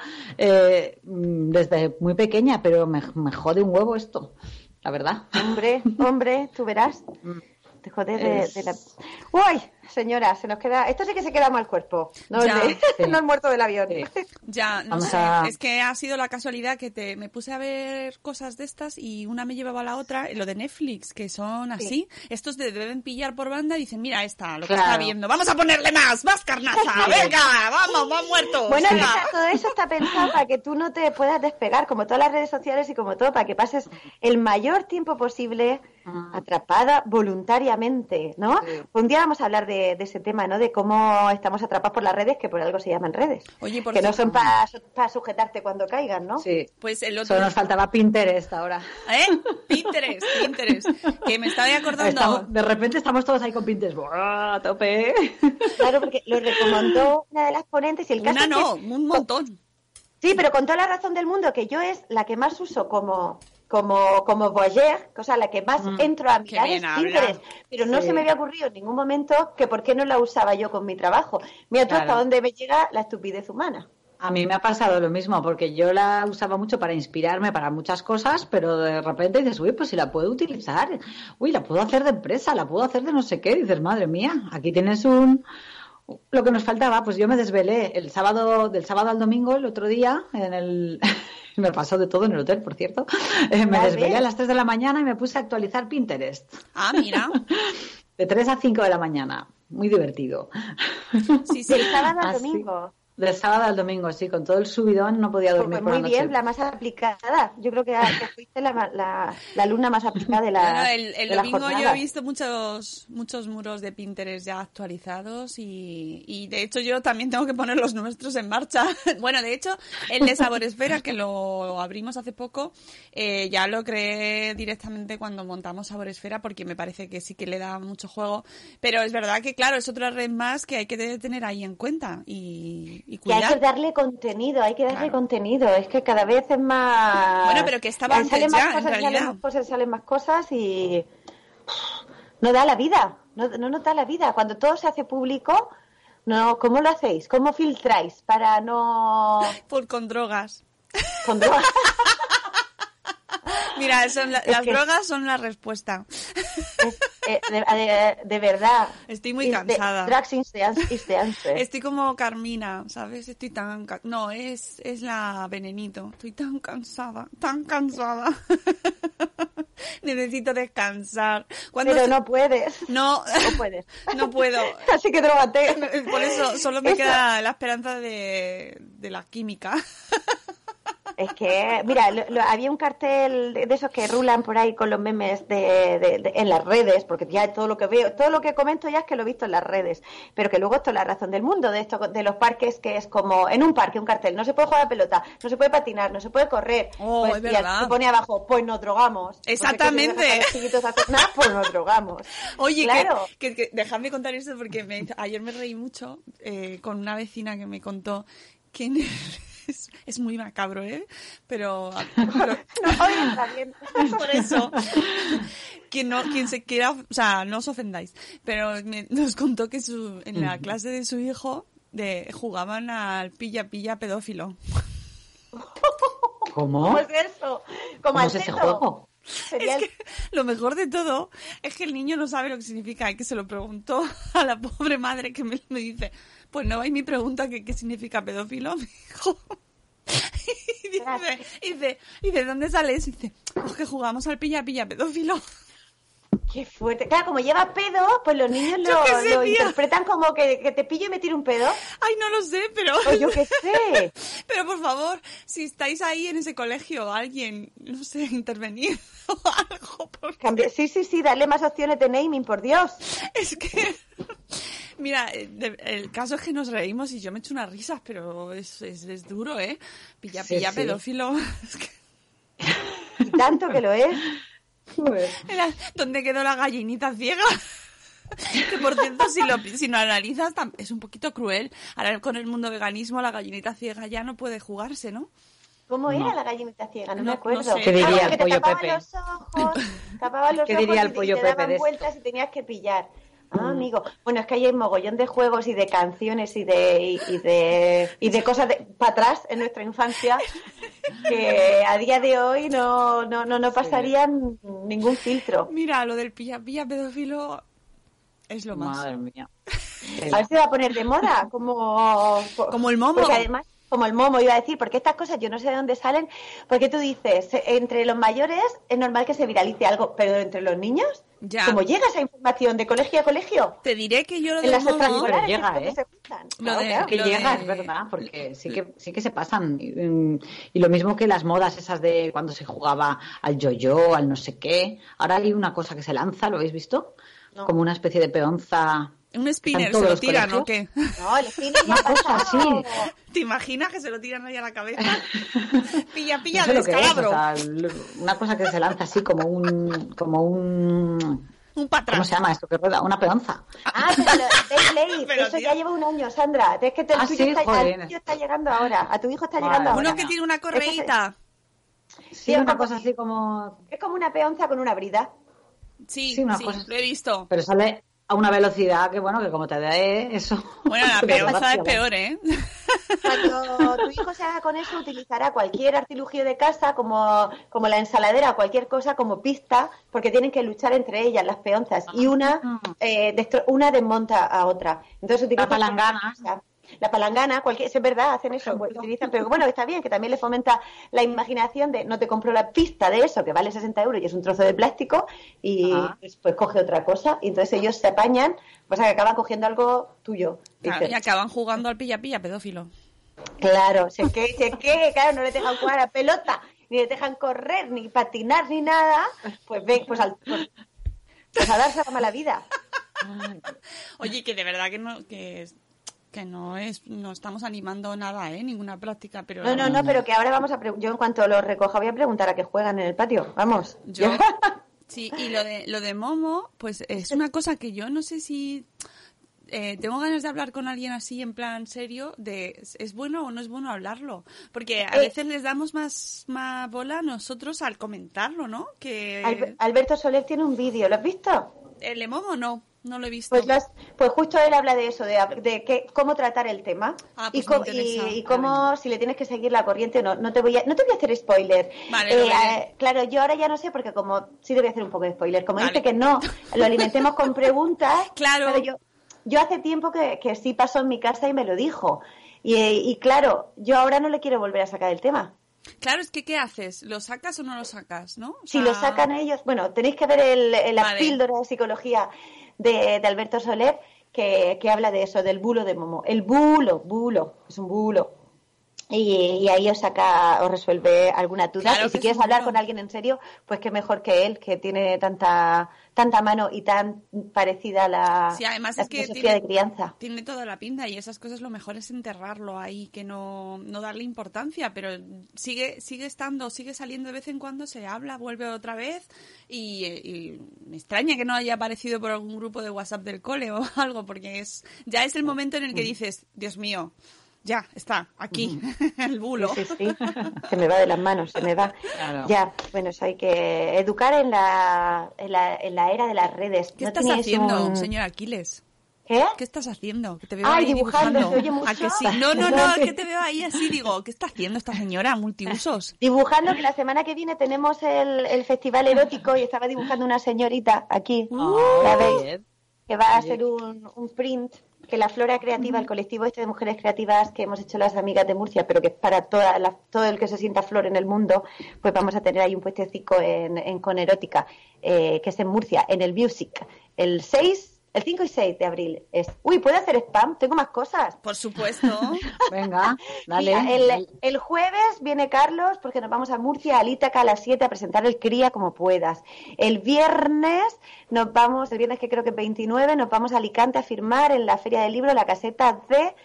desde muy pequeña, pero me jode un huevo esto, la verdad. Hombre, tú verás. Te jodes de la... ¡Uy! Señora, se nos queda... Esto sí que se queda mal cuerpo. No el muerto del avión. Sí. Ya, no sé. Es que ha sido la casualidad que me puse a ver cosas de estas y una me llevaba a la otra. Lo de Netflix, que son así. Estos deben pillar por banda y dicen, mira esta, lo que está viendo. ¡Vamos a ponerle más carnaza! ¡Venga! ¡Vamos, más muertos! Bueno, todo eso está pensado para que tú no te puedas despegar, como todas las redes sociales y como todo, para que pases el mayor tiempo posible atrapada voluntariamente, ¿no? Sí. Un día vamos a hablar de ese tema, ¿no? De cómo estamos atrapados por las redes, que por algo se llaman redes. Oye, que no son para sujetarte cuando caigan, ¿no? Sí. Pues el otro... Solo nos faltaba Pinterest ahora. Pinterest. Que me estaba acordando... De repente estamos todos ahí con Pinterest. ¡Buah, a tope! Claro, porque lo recomendó una de las ponentes y el caso un montón. Sí, pero con toda la razón del mundo, que yo es la que más uso como voyeur, o sea, la que más entro a mirar es Pinterest, pero no se me había ocurrido en ningún momento que por qué no la usaba yo con mi trabajo. Mira tú hasta dónde me llega la estupidez humana. A mí me ha pasado lo mismo, porque yo la usaba mucho para inspirarme para muchas cosas, pero de repente dices, uy, pues si la puedo utilizar, la puedo hacer de empresa, la puedo hacer de no sé qué, dices, madre mía, aquí tienes lo que nos faltaba. Pues yo me desvelé del sábado al domingo, el otro día, me pasó de todo en el hotel, por cierto. Me desvelé a las 3 de la mañana y me puse a actualizar Pinterest. Ah, mira. De 3 a 5 de la mañana. Muy divertido. Sí, sí. Del sábado al Así. domingo. Del sábado al domingo, sí, con todo el subidón no podía dormir Pues por la muy noche. bien, la más aplicada. Yo creo que fuiste la alumna más aplicada de la Bueno, el de la domingo yo jornada. he visto muchos muros de Pinterest ya actualizados y de hecho yo también tengo que poner los nuestros en marcha. Bueno, de hecho, el de Saboresfera, que lo abrimos hace poco, ya lo creé directamente cuando montamos Saboresfera porque me parece que sí que le da mucho juego. Pero es verdad que, claro, es otra red más que hay que tener ahí en cuenta y Que hay cuidar. que darle contenido, contenido. Es que cada vez es más... Bueno, pero que estaba antes salen ya, más en cosas, realidad. salen más cosas y... No da la vida, no nos da la vida. Cuando todo se hace público, no, ¿cómo lo hacéis? ¿Cómo filtráis para no... Con drogas. con drogas? Mira, las que- drogas son la respuesta. De verdad. Estoy muy cansada. Drugs is the answer. Estoy como Carmina, ¿sabes? Estoy tan... No, es la Venenito. Estoy tan cansada, tan cansada. Necesito descansar. Pero no puedes. No, No puedes. no puedo. Así que drógate. Por eso solo me Eso. queda la esperanza de la química. Es que, mira, había un cartel de esos que rulan por ahí con los memes en las redes, porque ya todo lo que veo, todo lo que comento ya es que lo he visto en las redes, pero que luego esto es la razón del mundo, de esto, de los parques, que es como en un parque, un cartel, no se puede jugar a pelota, no se puede patinar, no se puede correr, Oh, es y verdad. se pone abajo, pues nos drogamos. Porque Exactamente. que si no dejas a los chiquitos hacer nada, pues nos drogamos. Oye, claro. que dejadme contar esto porque ayer me reí mucho con una vecina que me contó que es muy macabro, ¿eh? Pero No, hoy está bien. por eso quien se quiera, o sea, no os ofendáis, pero nos contó que en la clase de su hijo jugaban al pilla pedófilo. ¿Cómo? ¿Cómo es eso? ¿Cómo al es ese teto. juego? Sería Es que lo mejor de todo es que el niño no sabe lo que significa y que se lo preguntó a la pobre madre que me dice, pues no vais mi pregunta que qué significa pedófilo, mi hijo. Y dice, ¿dónde sales? Y dice, pues que jugamos al pilla pedófilo. Qué fuerte. Claro, como lleva pedo, pues los niños Yo qué sé, lo tía. interpretan como que te pillo y me tiro un pedo. Ay, no lo sé, pero... O yo qué sé. Pero por favor, si estáis ahí en ese colegio, alguien, no sé, intervenir o algo, porque Sí, dale más opciones de naming, por Dios. es que... Mira, el caso es que nos reímos y yo me echo unas risas, pero es duro, ¿eh? Pilla Sí. pedófilo. Es que... Y tanto que lo es. ¿Dónde quedó la gallinita ciega? Que por cierto, si lo analizas, es un poquito cruel. Ahora con el mundo veganismo, la gallinita ciega ya no puede jugarse, ¿no? ¿Cómo No. era la gallinita ciega? No me No acuerdo. sé. ¿Qué diría el que te pollo tapaban Pepe? los ojos, tapaban los ¿Qué ojos diría el y pollo te Pepe daban de esto? vueltas y tenías que pillar. Ah, amigo. Bueno, es que hay un mogollón de juegos y de canciones y de cosas para atrás en nuestra infancia que a día de hoy no pasarían ningún filtro. Mira, lo del pilla pedófilo es lo más. Madre mía. A ver si va a poner de moda, Como el momo. Porque además, como el momo, iba a decir, porque estas cosas yo no sé de dónde salen, porque tú dices, entre los mayores es normal que se viralice algo, pero entre los niños, Ya. ¿cómo llega esa información de colegio a colegio? Te diré que yo lo En del las momo... extraescolares, Pero llega, que es donde ¿eh? se juntan. Lo Claro, de- claro. Que Lo llega, de- es verdad, porque sí que se pasan. Y lo mismo que las modas esas de cuando se jugaba al yo-yo, al no sé qué. Ahora hay una cosa que se lanza, ¿lo habéis visto? No. Como una especie de peonza. Un spinner, ¿Están todos ¿se lo los tiran o colegios? qué? No, el spinning ya Una ha cosa pasado. así. ¿Te imaginas que se lo tiran ahí a la cabeza? Pilla, No sé lo que es, descalabro. o sea, una cosa que se lanza así como un Un patrón. ¿cómo se llama esto que rueda? Una peonza. Ah, pero Beyblade, Pero, eso tía. ya lleva un año, Sandra. Es que el Ah, tuyo sí, está, joder. al tuyo está llegando ahora. A tu hijo está Vale. llegando ahora. Uno que tiene una correíta. Sí, una cosa así como... Es como una peonza con una brida. Sí, Sí, una sí, cosa lo he visto. Pero sale a una velocidad que, bueno, que como te dé eso... Bueno, la peonza es peor, ¿eh? Cuando tu hijo se haga con eso, utilizará cualquier artilugio de casa, como la ensaladera o cualquier cosa, como pista, porque tienen que luchar entre ellas, las peonzas. Y una desmonta a otra. Entonces utiliza palanganas. la palangana, es verdad, hacen eso, pues, utilizan, pero bueno, está bien, que también le fomenta la imaginación de no te compro la pista de eso, que vale 60 euros y es un trozo de plástico, y pues coge otra cosa, y entonces ellos se apañan, pues que acaban cogiendo algo tuyo. Claro, y acaban jugando al pilla-pilla pedófilo. Claro, si es que, claro, no le dejan jugar a pelota, ni le dejan correr, ni patinar, ni nada, pues ven, pues a darse la mala vida. Oye, que de verdad que no estamos animando nada, ninguna práctica, pero... No, pero que ahora vamos yo en cuanto lo recoja voy a preguntar a qué juegan en el patio, vamos. Sí, y lo de Momo, pues es una cosa que yo no sé si... tengo ganas de hablar con alguien así en plan serio de ¿es bueno o no es bueno hablarlo? Porque a veces les damos más bola a nosotros al comentarlo, ¿no? Que Alberto Soler tiene un vídeo, ¿lo has visto? ¿El de Momo? No lo he visto. Pues justo él habla de eso, de cómo tratar el tema pues y cómo si le tienes que seguir la corriente o no. No te voy a hacer spoiler. Vale, claro, yo ahora ya no sé porque como sí te voy a hacer un poco de spoiler. Como dice que no, lo alimentemos con preguntas. Claro. Yo hace tiempo que sí pasó en mi casa y me lo dijo. Y claro, yo ahora no le quiero volver a sacar el tema. Claro, es que ¿qué haces? ¿Lo sacas o no lo sacas, no? Si lo sacan ellos... Bueno, tenéis que ver la píldora de psicología de Alberto Soler que habla de eso, del bulo de Momo. El bulo, es un bulo. Y ahí os resuelve alguna duda. Claro, y si quieres hablar con alguien en serio, pues qué mejor que él, que tiene tanta mano y tan parecida a la filosofía de crianza. Tiene toda la pinta y esas cosas lo mejor es enterrarlo ahí, que no darle importancia, pero sigue saliendo de vez en cuando, se habla, vuelve otra vez y me extraña que no haya aparecido por algún grupo de WhatsApp del cole o algo, porque ya es el momento en el que dices, Dios mío, ya, está, aquí, el bulo. Sí. Se me va de las manos, se me va. Claro. Ya, bueno, eso hay que educar en la era de las redes. ¿Qué estás haciendo, señor Aquiles? ¿Qué? ¿Qué estás haciendo? Que te veo ahí dibujando. ¿Se oye mucho? ¿A que sí? No, que te veo ahí así, digo, ¿qué está haciendo esta señora? Multiusos. Dibujando, que la semana que viene tenemos el festival erótico y estaba dibujando una señorita aquí, ¿la veis? Que va a ser un print. Que la Flora Creativa, el colectivo de mujeres creativas que hemos hecho las amigas de Murcia, pero que es para todo el que se sienta flor en el mundo, pues vamos a tener ahí un puestecico en Conerótica, que es en Murcia, en el Music, el 5 y 6 de abril. ¿Puedo hacer spam? Tengo más cosas. Por supuesto. Venga, dale. Mira, el jueves viene Carlos porque nos vamos a Murcia, al Ítaca, a las 7 a presentar el Cría como puedas. El viernes que creo que es 29, nos vamos a Alicante a firmar en la Feria del Libro, la caseta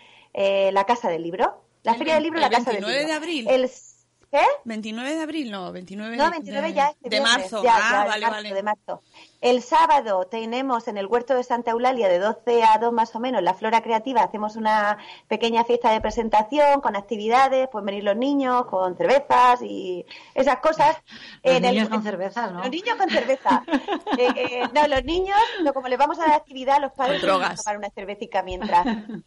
de la Casa del Libro. La Feria del Libro, la Casa del Libro. ¿El 29 de abril? ¿Qué? 29 de abril, no, 29 ya es de marzo. Vale. De marzo. El sábado tenemos en el Huerto de Santa Eulalia de 12 a 2 más o menos la Flora Creativa, hacemos una pequeña fiesta de presentación con actividades, pueden venir los niños con cervezas y esas cosas. Los niños con cervezas, ¿no? Los niños con cerveza. Los niños, como les vamos a dar actividad, los padres van a tomar una cervecita mientras.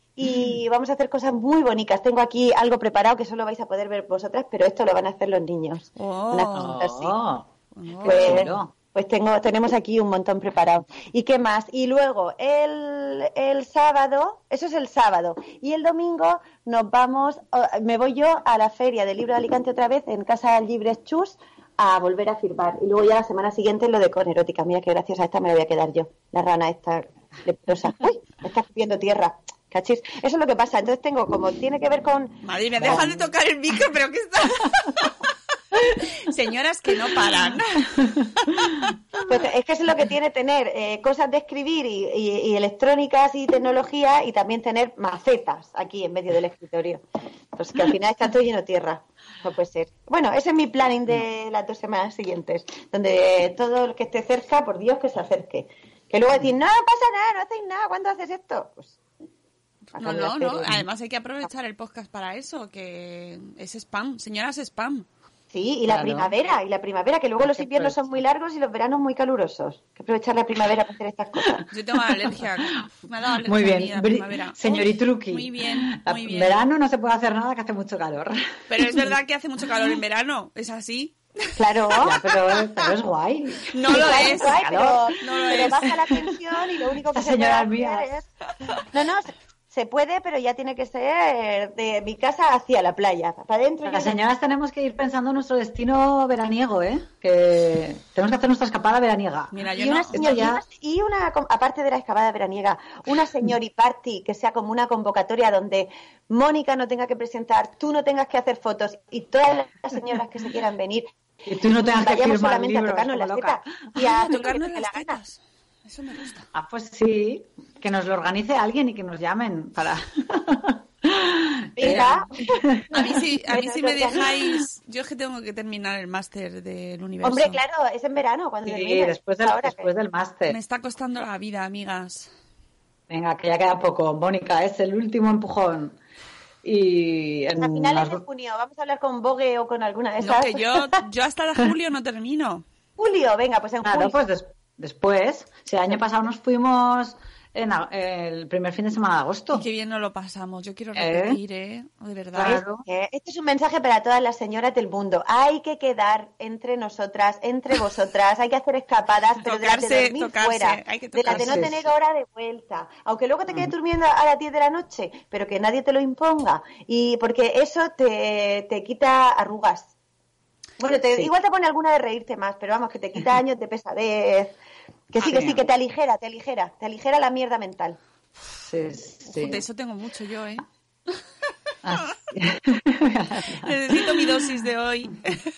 Y vamos a hacer cosas muy bonitas. Tengo aquí algo preparado que solo vais a poder ver vosotras, pero esto lo van a hacer los niños. Unas cositas así. Pues tenemos aquí un montón preparado. ¿Y qué más? Y luego el sábado, eso es el sábado, y el domingo me voy yo a la Feria del Libro de Alicante otra vez en Casa Libres Chus a volver a firmar. Y luego ya la semana siguiente lo de Conerótica. Mira qué graciosa esta me la voy a quedar yo. La rana esta leprosa. ¡Uy! Me está escupiendo tierra. ¿Cachis? Eso es lo que pasa. Entonces tiene que ver con... Madre mía, dejan de tocar el micro, pero ¿qué está...? Señoras que no paran. Pues es que eso es lo que tiene tener cosas de escribir y electrónicas y tecnología, y también tener macetas aquí en medio del escritorio. Pues que al final está todo lleno de tierra. No puede ser. Bueno, ese es mi planning de las 2 semanas siguientes, donde todo el que esté cerca, por Dios, que se acerque. Que luego decir, no pasa nada, no hacéis nada, ¿cuándo haces esto? Pues no. Además hay que aprovechar el podcast para eso, que es spam. Señoras, spam. Sí, y la primavera, que luego los inviernos son muy largos y los veranos muy calurosos. Hay que aprovechar la primavera para hacer estas cosas. Yo tengo alergia. Me ha dado alergia. Muy bien, primavera. Señoritruqui. Muy bien. Verano no se puede hacer nada, que hace mucho calor. Pero es verdad que hace mucho calor en verano, ¿es así? Claro, pero es guay. No lo es. Guay, pero baja la tensión y lo único que se puede hacer es... No, Se puede, pero ya tiene que ser de mi casa hacia la playa. Para adentro. Las señoras tenemos que ir pensando en nuestro destino veraniego, ¿eh? Que tenemos que hacer nuestra escapada veraniega. Mira, yo Y una, aparte de la escapada veraniega, una señori party que sea como una convocatoria donde Mónica no tenga que presentar, tú no tengas que hacer fotos y todas las señoras que se quieran venir. Y tú no tengas que vayamos firmar solamente libros, a tocarnos las como loca. tetas y a tocarnos hacer las la gana. tetas. Eso me gusta. Ah, pues sí, que nos lo organice alguien y que nos llamen para... Venga. A mí sí me dejáis... Yo es que tengo que terminar el máster del universo. Hombre, claro, es en verano cuando Sí, termine. después del máster. Me está costando la vida, amigas. Venga, que ya queda poco. Mónica, es el último empujón. Y A finales de junio, vamos a hablar con Vogue o con alguna de No, esas. que yo hasta julio no termino. Julio, venga, pues en Claro, julio. pues después. Si el año pasado nos fuimos el primer fin de semana de agosto. Qué bien nos lo pasamos. Yo quiero repetir, de verdad. Claro. Este es un mensaje para todas las señoras del mundo. Hay que quedar entre nosotras, entre vosotras, hay que hacer escapadas, pero de las de dormir fuera, hay que de las de no tocarse. tener hora de vuelta. Aunque luego te quedes durmiendo a las 10 de la noche, pero que nadie te lo imponga. Y porque eso te quita arrugas. Bueno, Sí. igual te pone alguna de reírte más, pero vamos, que te quita años de pesadez. Que sí, que te aligera la mierda mental. Sí. De eso tengo mucho yo, ¿eh? Ah, sí. Necesito mi dosis de hoy.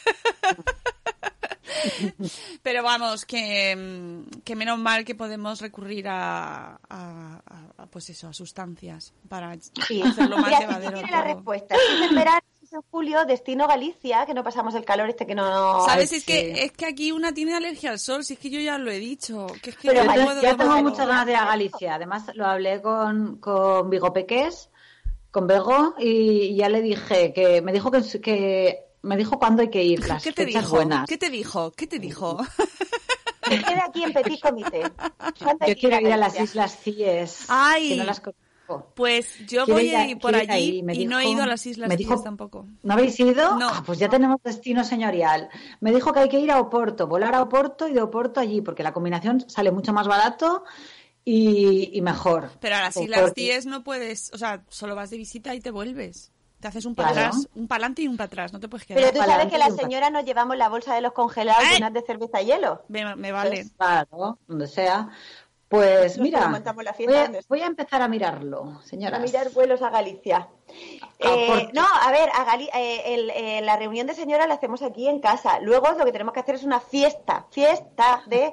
Pero vamos, que menos mal que podemos recurrir a pues eso, a sustancias para hacerlo más Mira, llevadero. tiene la todo. respuesta. Si es en verano, si es en julio, destino Galicia, que no pasamos el calor que no... ¿Sabes? Ay, Es que aquí una tiene alergia al sol, si es que yo ya lo he dicho. Que es que Pero yo no Galicia, puedo Ya tengo tomarlo. muchas ganas de ir a Galicia. Además, lo hablé con Vigo Pequés, con Bego, y ya le dije que me dijo que me dijo cuándo hay que ir, las ¿Qué te fechas dijo? buenas. ¿Qué te dijo? ¿Qué te dijo? Me queda aquí en Petit Comité. ¿Cuándo hay Yo que quiero ir a las Galicia? Islas Cíes, Ay. que no las conozco. Pues yo Quiero voy ir a ir por quiero ir allí ahí. Me y no he dijo- ido a las Islas me dijo- Cíes tampoco. ¿No habéis ido? No. Ah, pues ya tenemos destino señorial. Me dijo que hay que ir a Oporto, volar a Oporto y de Oporto allí, porque la combinación sale mucho más barato y mejor. Pero a las Porque- Islas Cíes no puedes, o sea, solo vas de visita y te vuelves. Te haces un para Claro. atrás, un para adelante y un para atrás, no te puedes quedar. Pero tú sabes Adelante que y las un señoras nos llevamos la bolsa de los congelados ¡Ay! llenas de cerveza y hielo. Me vale. Claro, donde sea. Pues Nosotros mira, montamos la fiesta donde sea. voy a empezar a mirarlo, señoras. A mirar vuelos a Galicia. Oporto. No, a ver, la reunión de señoras la hacemos aquí en casa. Luego lo que tenemos que hacer es una fiesta de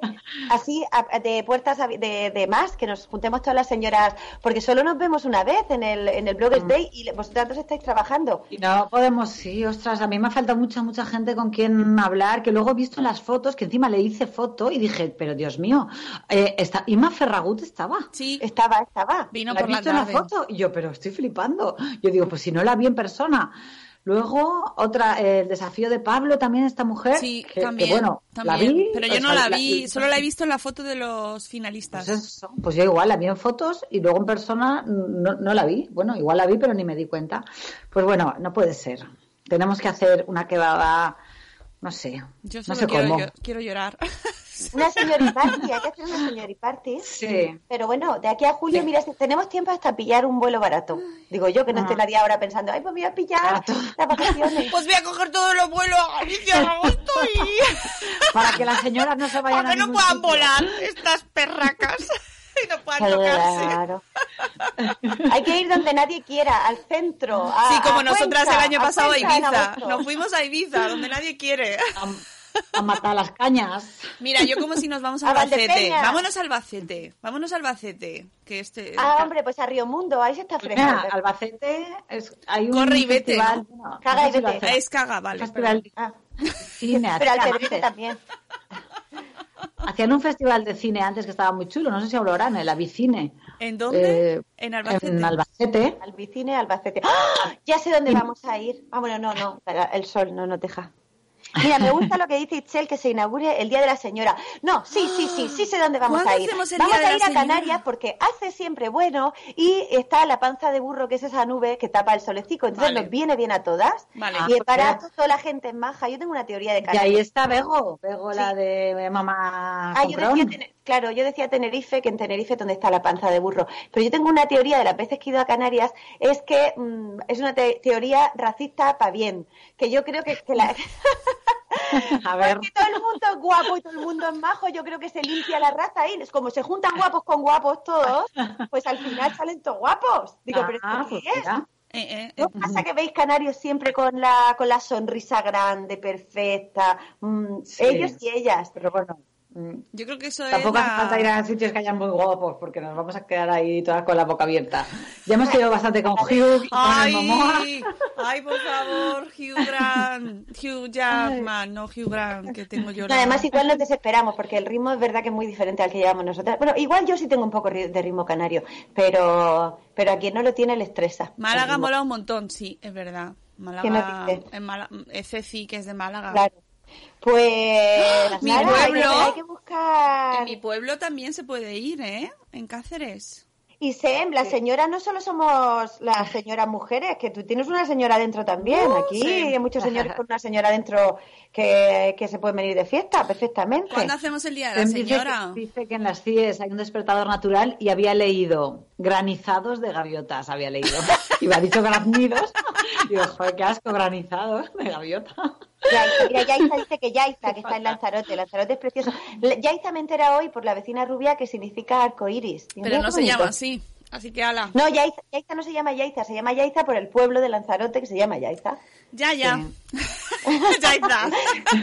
de puertas de más, que nos juntemos todas las señoras, porque solo nos vemos una vez en el Bloggers Day y vosotras dos estáis trabajando. Y no podemos, sí, ostras, a mí me ha faltado mucha gente con quien hablar, que luego he visto en las fotos, que encima le hice foto y dije, pero Dios mío, Inma Ferragut estaba. Sí, Estaba. vino ¿La por has la visto en la tarde. foto? Y yo, pero estoy flipando. Yo digo, pues si no la vi en persona. Luego, el desafío de Pablo también, esta mujer. Sí, que también, bueno, también. la vi. Pero yo o no sea, la vi, solo la he visto en la foto de los finalistas. Pues eso, pues yo igual la vi en fotos y luego en persona no la vi. Bueno, igual la vi, pero ni me di cuenta. Pues bueno, no puede ser. Tenemos que hacer una quedada, no sé, Yo no solo sé cómo. quiero llorar. Una señoriparty, hay que hacer una señoriparty. Sí. Pero bueno, de aquí a julio, mira, si tenemos tiempo hasta pillar un vuelo barato. Digo yo que no esté nadie ahora pensando, ay, pues voy a pillar Barato. las vacaciones. Pues voy a coger todos los vuelos a Galicia en agosto y... Para que las señoras no se vayan para a que no ningún puedan sitio. volar estas perracas y no puedan tocarse. Claro. Hay que ir donde nadie quiera, al centro. Sí, como nosotras Cuenca, el año pasado a Cuenca en Ibiza. agosto. Nos fuimos a Ibiza, donde nadie quiere. A matar las cañas. Mira, yo como si nos vamos a A Albacete. Valdepeñas. Vámonos a Albacete. Que Hombre, pues a Río Mundo, ahí se está fresco. Mira, Albacete hay un Corre y vete, festival. ¿no? No, Caga y sé si lo vete. hacen. Es caga, vale. Festival Ah, de cine. pero al hacían Tebrete antes. también. Hacían un festival de cine antes que estaba muy chulo. No sé si hablarán, el Avicine. ¿En dónde? En En Albacete. En Albacete. Albicine, Albacete. ¡Ah! Ya sé dónde vamos a ir. Ah, bueno, no, el sol no nos deja. Mira, me gusta lo que dice Itzel, que se inaugure el Día de la Señora. No, sí sé dónde vamos ¿Cuándo a ir. hacemos el Vamos Día de a la ir a Señora? Canarias porque hace siempre bueno y está la panza de burro, que es esa nube que tapa el solecico. Entonces Vale. nos viene bien a todas. Vale. Y es para pues toda la gente en maja. Yo tengo una teoría de Y ahí Canarias. está Bego, la de mamá Ah, yo Comprón. decía Claro, yo decía Tenerife, que en Tenerife es donde está la panza de burro. Pero yo tengo una teoría de las veces que he ido a Canarias, es que es una teoría racista para bien. Que yo creo que la... A ver. Porque todo el mundo es guapo y todo el mundo es majo, yo creo que se limpia la raza ahí. Es como se juntan guapos con guapos todos, pues al final salen todos guapos. Digo, ¿pero esto qué pues es? mira. ¿No pasa que veis canarios siempre con la sonrisa grande, perfecta? Sí. Ellos y ellas. Pero bueno, Yo creo que eso tampoco es hace falta ir a sitios que hayan muy guapos, porque nos vamos a quedar ahí todas con la boca abierta. Ya hemos ido bastante con Hugh y con el Momoa. Ay, por favor, Hugh Jackman, no Hugh Grant, que tengo yo. No, además igual nos desesperamos, porque el ritmo es verdad que es muy diferente al que llevamos nosotras. Bueno, igual yo sí tengo un poco de ritmo canario, pero a quien no lo tiene le estresa. Málaga mola un montón, sí, es verdad. ¿Quién nos Málaga, dice? es Ceci, que es de Málaga. Claro. Pues Mi nada, pueblo. hay que buscar. En mi pueblo también se puede ir, ¿eh? En Cáceres. Y Sem, las señoras no solo somos las señoras mujeres, que tú tienes una señora dentro también. Aquí sí. hay muchos señores con una señora dentro que se pueden venir de fiesta perfectamente. ¿Cuándo hacemos el día de la señora? Dice que en las CIES hay un despertador natural y había leído granizados de gaviotas, había leído. Y me ha dicho graznidos. Y digo, joder, qué asco, granizados de gaviota. Mira, Yaiza dice que Yaiza, que está en Lanzarote. Lanzarote es precioso. Yaiza me entera hoy por la vecina rubia que significa arcoiris. Pero no se llama así, así que ala. No, Yaiza no se llama Yaiza por el pueblo de Lanzarote que se llama Yaiza. Ya. Sí. Yaiza.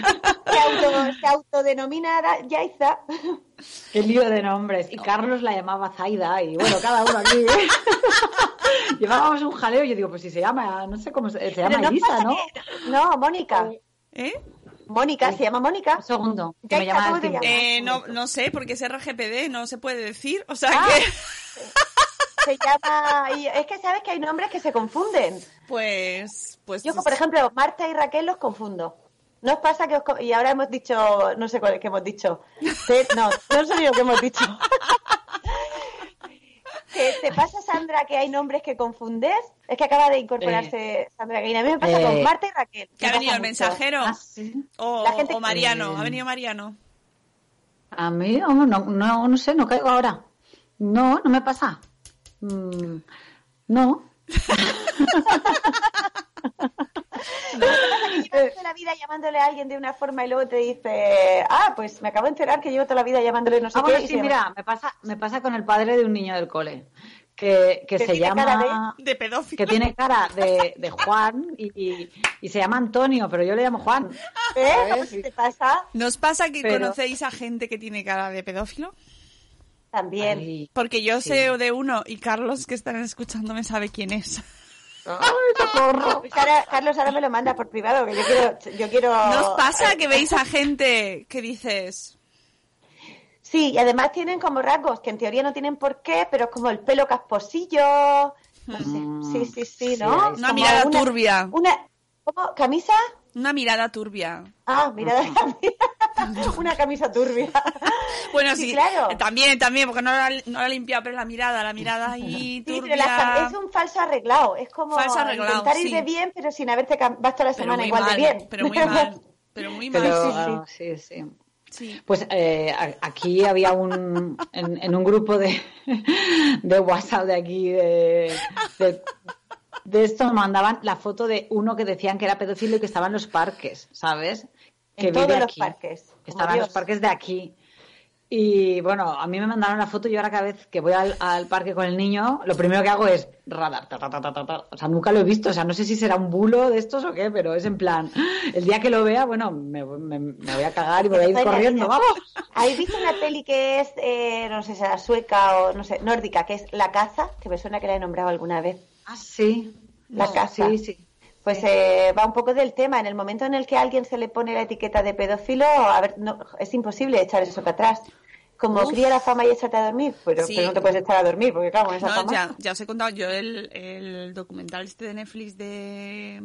Se autodenomina Yaiza. Qué lío de nombres. Y Carlos la llamaba Zaida y bueno, cada uno aquí. Llevábamos un jaleo y yo digo, pues si se llama, no sé cómo se llama, no Elisa, ¿no? No, Mónica. ¿Eh? Mónica, se llama Mónica. Un segundo, que me Yaiza, llama ¿cómo el te tiempo. llamas? No sé, porque es RGPD, no se puede decir, o sea Ah, que... Se llama... y es que sabes que hay nombres que se confunden. Pues Yo, por ejemplo, Marta y Raquel los confundo. ¿No os pasa que y ahora hemos dicho, no sé cuál es que hemos dicho? No sé lo que hemos dicho. ¿Te pasa, Sandra, que hay nombres que confundes? Es que acaba de incorporarse Sandra Gaina. A mí me pasa con Marta y Raquel. ¿Que ha venido el mensajero? Ah, sí. O Mariano, ha venido Mariano. A mí, no sé, no caigo ahora. No me pasa. No. ¿No te pasa que llevas toda la vida llamándole a alguien de una forma y luego te dice, pues me acabo de enterar que llevo toda la vida llamándole no sé qué? Bueno, sí, mira, me pasa con el padre de un niño del cole, que se llama... De pedófilo. Que tiene cara de Juan y se llama Antonio, pero yo le llamo Juan. ¿Cómo te pasa? ¿Nos pasa que conocéis a gente que tiene cara de pedófilo? También. Ay, Porque yo sí. sé de uno y Carlos, que están escuchándome, sabe quién es. ¡Ay, socorro! Pues Carlos, ahora me lo manda por privado, que yo quiero... ¿Nos pasa que veis a gente que dices... Sí, y además tienen como rasgos que en teoría no tienen por qué, pero es como el pelo casposillo. No sé. Sí, ¿no? Una Como mirada turbia. ¿Cómo? ¿Camisa? Una mirada turbia. Mirada de camisa. Una camisa turbia. Bueno, sí, claro. También, porque no la he limpiado, pero la mirada ahí Sí, pero turbia. es un falso arreglado. Es como Falso arreglado, intentar ir sí. de bien, pero sin haberte vas toda la Pero semana muy igual mal, de bien. pero muy mal. Pero muy mal. Pero, sí. Sí. Pues aquí había en un grupo de WhatsApp de aquí, de esto, mandaban la foto de uno que decían que era pedófilo y que estaba en los parques, ¿sabes? Que En todos vive los aquí, parques. que estaba en los parques de aquí. Y bueno, a mí me mandaron la foto y yo ahora cada vez que voy al parque con el niño, lo primero que hago es radar. O sea, nunca lo he visto. O sea, no sé si será un bulo de estos o qué, pero es en plan, el día que lo vea, bueno, me voy a cagar y voy a ir corriendo, vamos. ¿Habéis visto una peli que es, no sé si será sueca o no sé, nórdica, que es La Caza? Que me suena que la he nombrado alguna vez. Ah, sí. La Caza. Sí. Pues va un poco del tema. En el momento en el que a alguien se le pone la etiqueta de pedófilo, a ver, no, es imposible echar eso para atrás. Como cría la fama y échate a dormir, pero no te puedes echar a dormir, porque claro, con esa fama... Ya os he contado yo el documental este de Netflix de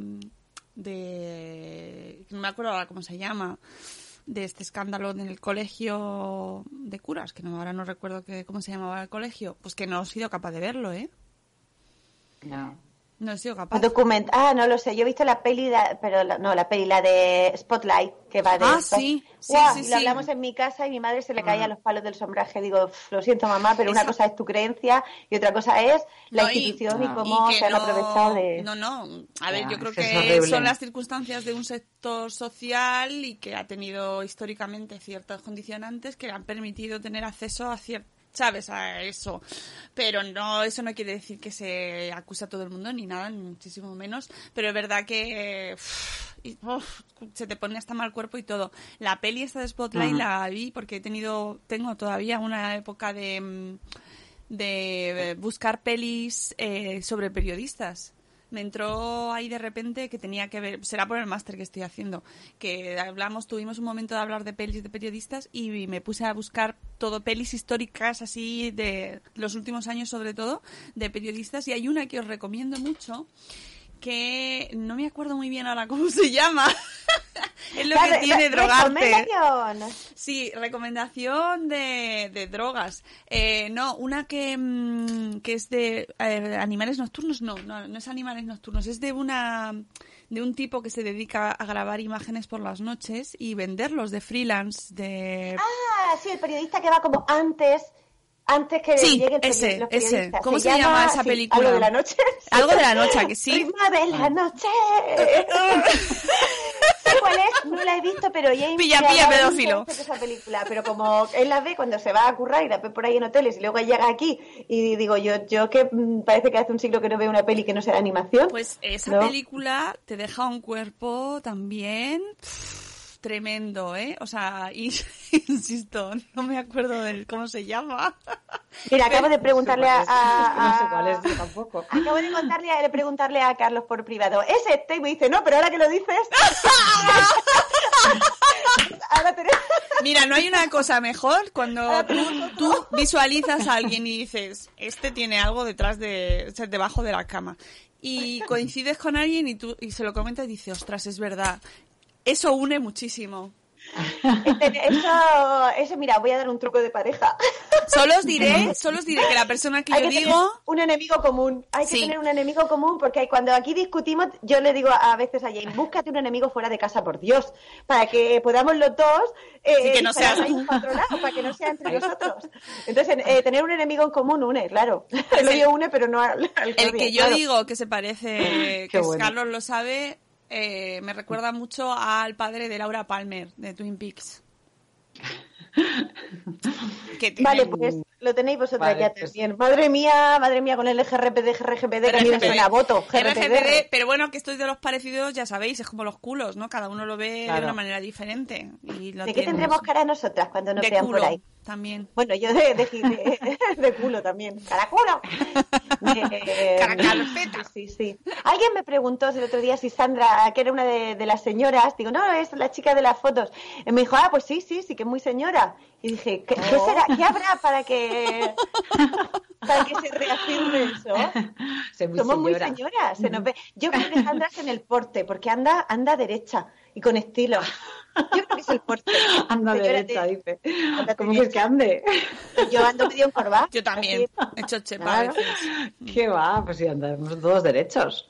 no me acuerdo ahora cómo se llama, de este escándalo en el colegio de curas, que ahora no recuerdo cómo se llamaba el colegio, pues que no he sido capaz de verlo, ¿eh? No. No he sido capaz. No lo sé. Yo he visto la peli, la de Spotlight, que va de esto. Sí. Y lo hablamos en mi casa y mi madre se le caía los palos del sombraje. Digo, lo siento, mamá, pero una cosa es tu creencia y otra cosa es la institución y cómo se han aprovechado de... A ver, yo creo que son las circunstancias de un sector social y que ha tenido históricamente ciertos condicionantes que le han permitido tener acceso a ¿sabes? A eso. Pero eso no quiere decir que se acusa a todo el mundo ni nada, ni muchísimo menos. Pero es verdad que se te pone hasta mal cuerpo y todo. La peli esta de Spotlight la vi porque tengo todavía una época de buscar pelis sobre periodistas. Me entró ahí de repente que tenía que ver, será por el máster que estoy haciendo, que tuvimos un momento de hablar de pelis de periodistas y me puse a buscar todo pelis históricas así de los últimos años sobre todo, de periodistas, y hay una que os recomiendo mucho, que no me acuerdo muy bien ahora cómo se llama. Es lo que tiene drogarte. ¿Recomendación? Sí, recomendación de drogas. Una que es de animales nocturnos. No es animales nocturnos. Es de un tipo que se dedica a grabar imágenes por las noches y venderlos de freelance. Sí, el periodista que va como antes que lleguen los periodistas. Ese. ¿Cómo se llama esa película? ¿Algo de la noche? Algo de la noche, que sí. Ritmo de la noche. ¿Sé cuál es? No la he visto, pero James... Pilla, pedófilo. Esa película, pero como él la ve cuando se va a currar y la ve por ahí en hoteles y luego llega aquí y digo, yo que parece que hace un siglo que no veo una peli que no sea de animación. Pues esa película te deja un cuerpo también... tremendo, ¿eh? O sea, insisto, no me acuerdo de cómo se llama. Mira, acabo de preguntarle no sé cuál es, yo tampoco. Acabo de preguntarle a Carlos por privado. ¿Es este? Y me dice, no, pero ahora que lo dices... Mira, no hay una cosa mejor cuando tú visualizas a alguien y dices, este tiene algo debajo de la cama. Y coincides con alguien y se lo comentas y dices, ostras, es verdad. Eso une muchísimo. Eso, mira, voy a dar un truco de pareja. Solo os diré que la persona que yo digo... un enemigo común. Hay que tener un enemigo común porque cuando aquí discutimos, yo le digo a veces a Jane, búscate un enemigo fuera de casa, por Dios, para que podamos los dos... que no sea ahí controlados, para que no sea entre nosotros. Entonces, tener un enemigo en común une, claro. El odio une, pero no al el que yo digo que se parece, que bueno. Carlos lo sabe... me recuerda mucho al padre de Laura Palmer, de Twin Peaks. Vale, pues lo tenéis vosotras ya también. Madre mía, con el RGPD, que a mí me suena a voto. RGPD, pero bueno, que estos de los parecidos, ya sabéis, es como los culos, ¿no? Cada uno lo ve de una manera diferente. ¿De qué tendremos cara nosotras cuando nos vean culo, por ahí? También. Bueno, yo de culo también. ¡Caraculo! Caracalpeta. Sí. Alguien me preguntó el otro día si Sandra, que era una de las señoras, digo, no, es la chica de las fotos. Y me dijo, pues sí, que es muy señora. Y dije, ¿qué será? ¿Qué habrá para que se reafirme eso? Somos muy señoras. Se nos ve. Yo creo que Sandra es en el porte, porque anda derecha y con estilo. Yo creo que es el porte. Anda derecha, dice. ¿Cómo que es que ande? Yo ando medio encorvada. Yo también. He hecho chepa a veces. ¿Qué va? Pues sí, andamos todos derechos.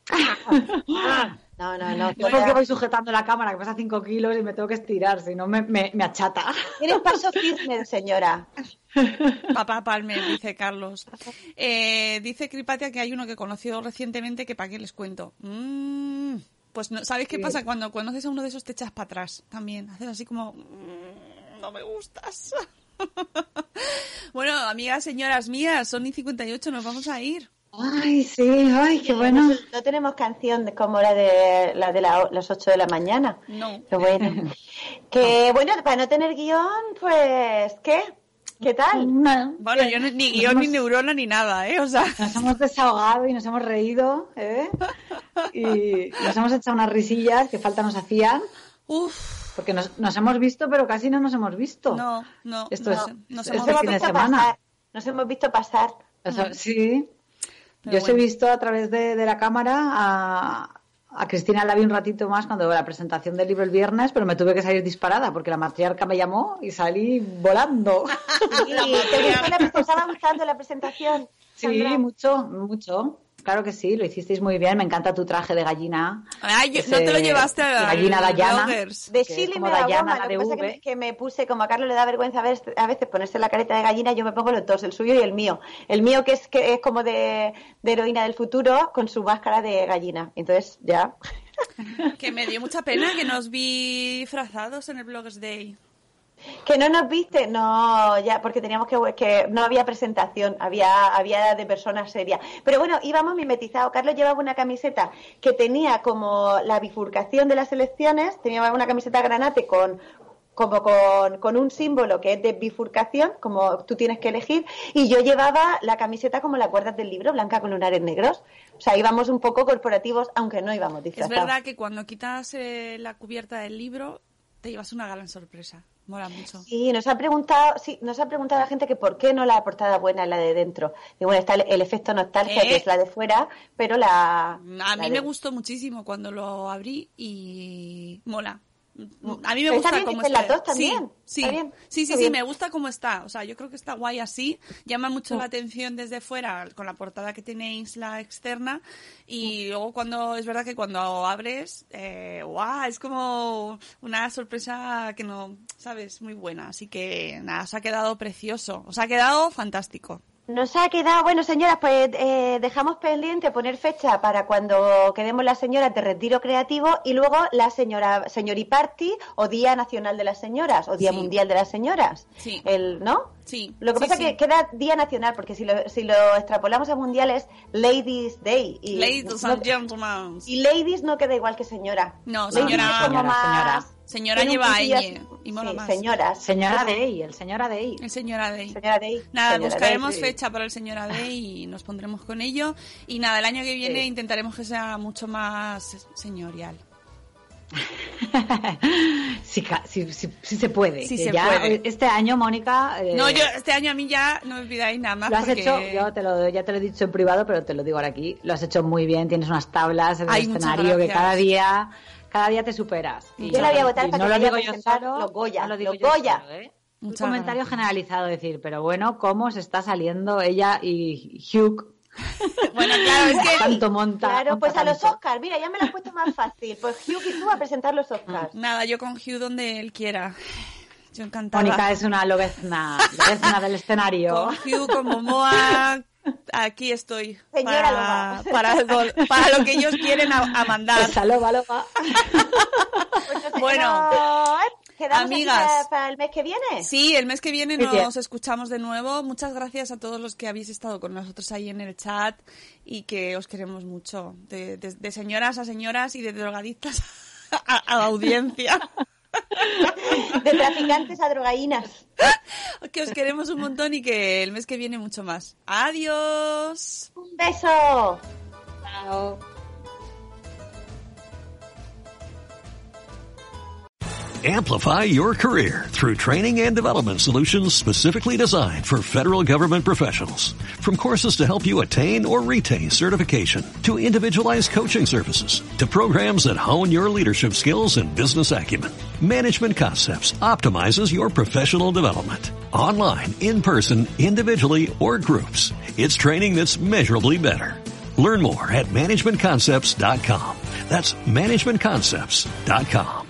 No. Yo porque voy sujetando la cámara, que pesa 5 kilos y me tengo que estirar, si no me achata. Tienes paso firme, señora. Papá Palmer, dice Carlos. Dice Cripatia que hay uno que conoció recientemente que para qué les cuento. Pues no, ¿sabéis qué pasa? Cuando conoces a uno de esos te echas para atrás también. Haces así como... no me gustas. Bueno, amigas, señoras mías, son y 58, nos vamos a ir. Ay, sí, ay, qué bueno. No tenemos canción como la de las 8 de la mañana. No. Qué bueno. Bueno, para no tener guión, pues, ¿qué tal? Bueno, yo ni guión, ni neurona, ni nada, ¿eh? O sea... Nos hemos desahogado y nos hemos reído, ¿eh? Y nos hemos echado unas risillas que falta nos hacían. Uf. Porque nos hemos visto, pero casi no nos hemos visto. No. Esto es hemos fin de semana. Nos hemos visto pasar. Sí. Pero Yo os he visto a través de la cámara a Cristina la vi un ratito más cuando la presentación del libro el viernes, pero me tuve que salir disparada porque la matriarca me llamó y salí volando. ¿Te estaba gustando la presentación? Sí, Sandra? mucho. claro que sí, lo hicisteis muy bien. Me encanta tu traje de gallina. Ay, no te lo llevaste a Gallina Dayana. De Chile me da goma, lo que pasa es que me puse, como a Carlos le da vergüenza a veces ponerse la careta de gallina, yo me pongo los dos, el suyo y el mío. El mío que es como de heroína del futuro, con su máscara de gallina. Entonces, ya... Que me dio mucha pena que nos vi disfrazados en el Bloggers Day. ¿Que no nos viste? No, ya, porque teníamos que no había presentación, había de personas serias. Pero bueno, íbamos mimetizados. Carlos llevaba una camiseta que tenía como la bifurcación de las elecciones, tenía una camiseta granate con un símbolo que es de bifurcación, como tú tienes que elegir, y yo llevaba la camiseta como las cuerdas del libro, blanca con lunares negros. O sea, íbamos un poco corporativos, aunque no íbamos disfrazados. Es verdad que cuando quitas la cubierta del libro, te llevas una gran sorpresa. Mola mucho. Sí, nos ha preguntado la gente que por qué no la portada buena es la de dentro. Y bueno, está el efecto nostalgia, que es la de fuera, pero a mí me gustó muchísimo cuando lo abrí y mola. A mí me gusta cómo está. Las dos también. Sí, me gusta cómo está. O sea, yo creo que está guay así. Llama mucho la atención desde fuera con la portada que tenéis, la externa. Y luego es verdad que cuando abres, es como una sorpresa que no, ¿sabes? Muy buena. Así que nada, os ha quedado precioso. Os ha quedado fantástico. Nos ha quedado, bueno, señoras, pues dejamos pendiente poner fecha para cuando quedemos las señoras de retiro creativo y luego la señoriparty o Día Nacional de las Señoras o Día Mundial de las Señoras. Sí. ¿No? Sí. Lo que pasa es que queda Día Nacional, porque si lo extrapolamos a mundial es Ladies Day. Y Ladies and Gentlemen. Y Ladies no queda igual que señora. No, señora. Señora lleva ñ y mola más. Señoras. Señora Day, el Señora Day. El Señora Day. Señora Day. Nada, Señora buscaremos Day, fecha para el Señora Day y nos pondremos con ello. Y nada, el año que viene intentaremos que sea mucho más señorial. Sí se puede. Sí se ya puede. Este año, Mónica... No, yo este año a mí ya no me pidáis nada más. Lo has porque... hecho, ya te lo he dicho en privado, pero te lo digo ahora aquí. Lo has hecho muy bien, tienes unas tablas en el escenario que cada día te superas. Y yo la voy a votar para no que lo vaya digo a yo presentar solo, los Goya. No lo digo los yo Goya. solo, ¿eh? Un comentario generalizado, decir, pero bueno, ¿cómo se está saliendo ella y Hugh? Bueno, claro, es que... Tanto monta. Claro, pues tanto. a los Oscars, mira, ya me lo has puesto más fácil. Pues Hugh y tú a presentar los Oscars. Nada, yo con Hugh donde él quiera. Yo encantada. Mónica es una lobezna del escenario. Con Hugh, con Momoa... Aquí estoy. Señora para lo que ellos quieren a mandar. Esa loba. Bueno, ¿quedamos amigas, para el mes que viene? Sí, el mes que viene nos escuchamos de nuevo. Muchas gracias a todos los que habéis estado con nosotros ahí en el chat y que os queremos mucho. De señoras a señoras y de drogadictas a audiencia. De traficantes a drogaínas. Que os queremos un montón y que el mes que viene mucho más. ¡Adiós! ¡Un beso! Chao. Amplify your career through training and development solutions specifically designed for federal government professionals. From courses to help you attain or retain certification, to individualized coaching services, to programs that hone your leadership skills and business acumen, Management Concepts optimizes your professional development. Online, in person, individually, or groups, it's training that's measurably better. Learn more at managementconcepts.com. That's managementconcepts.com.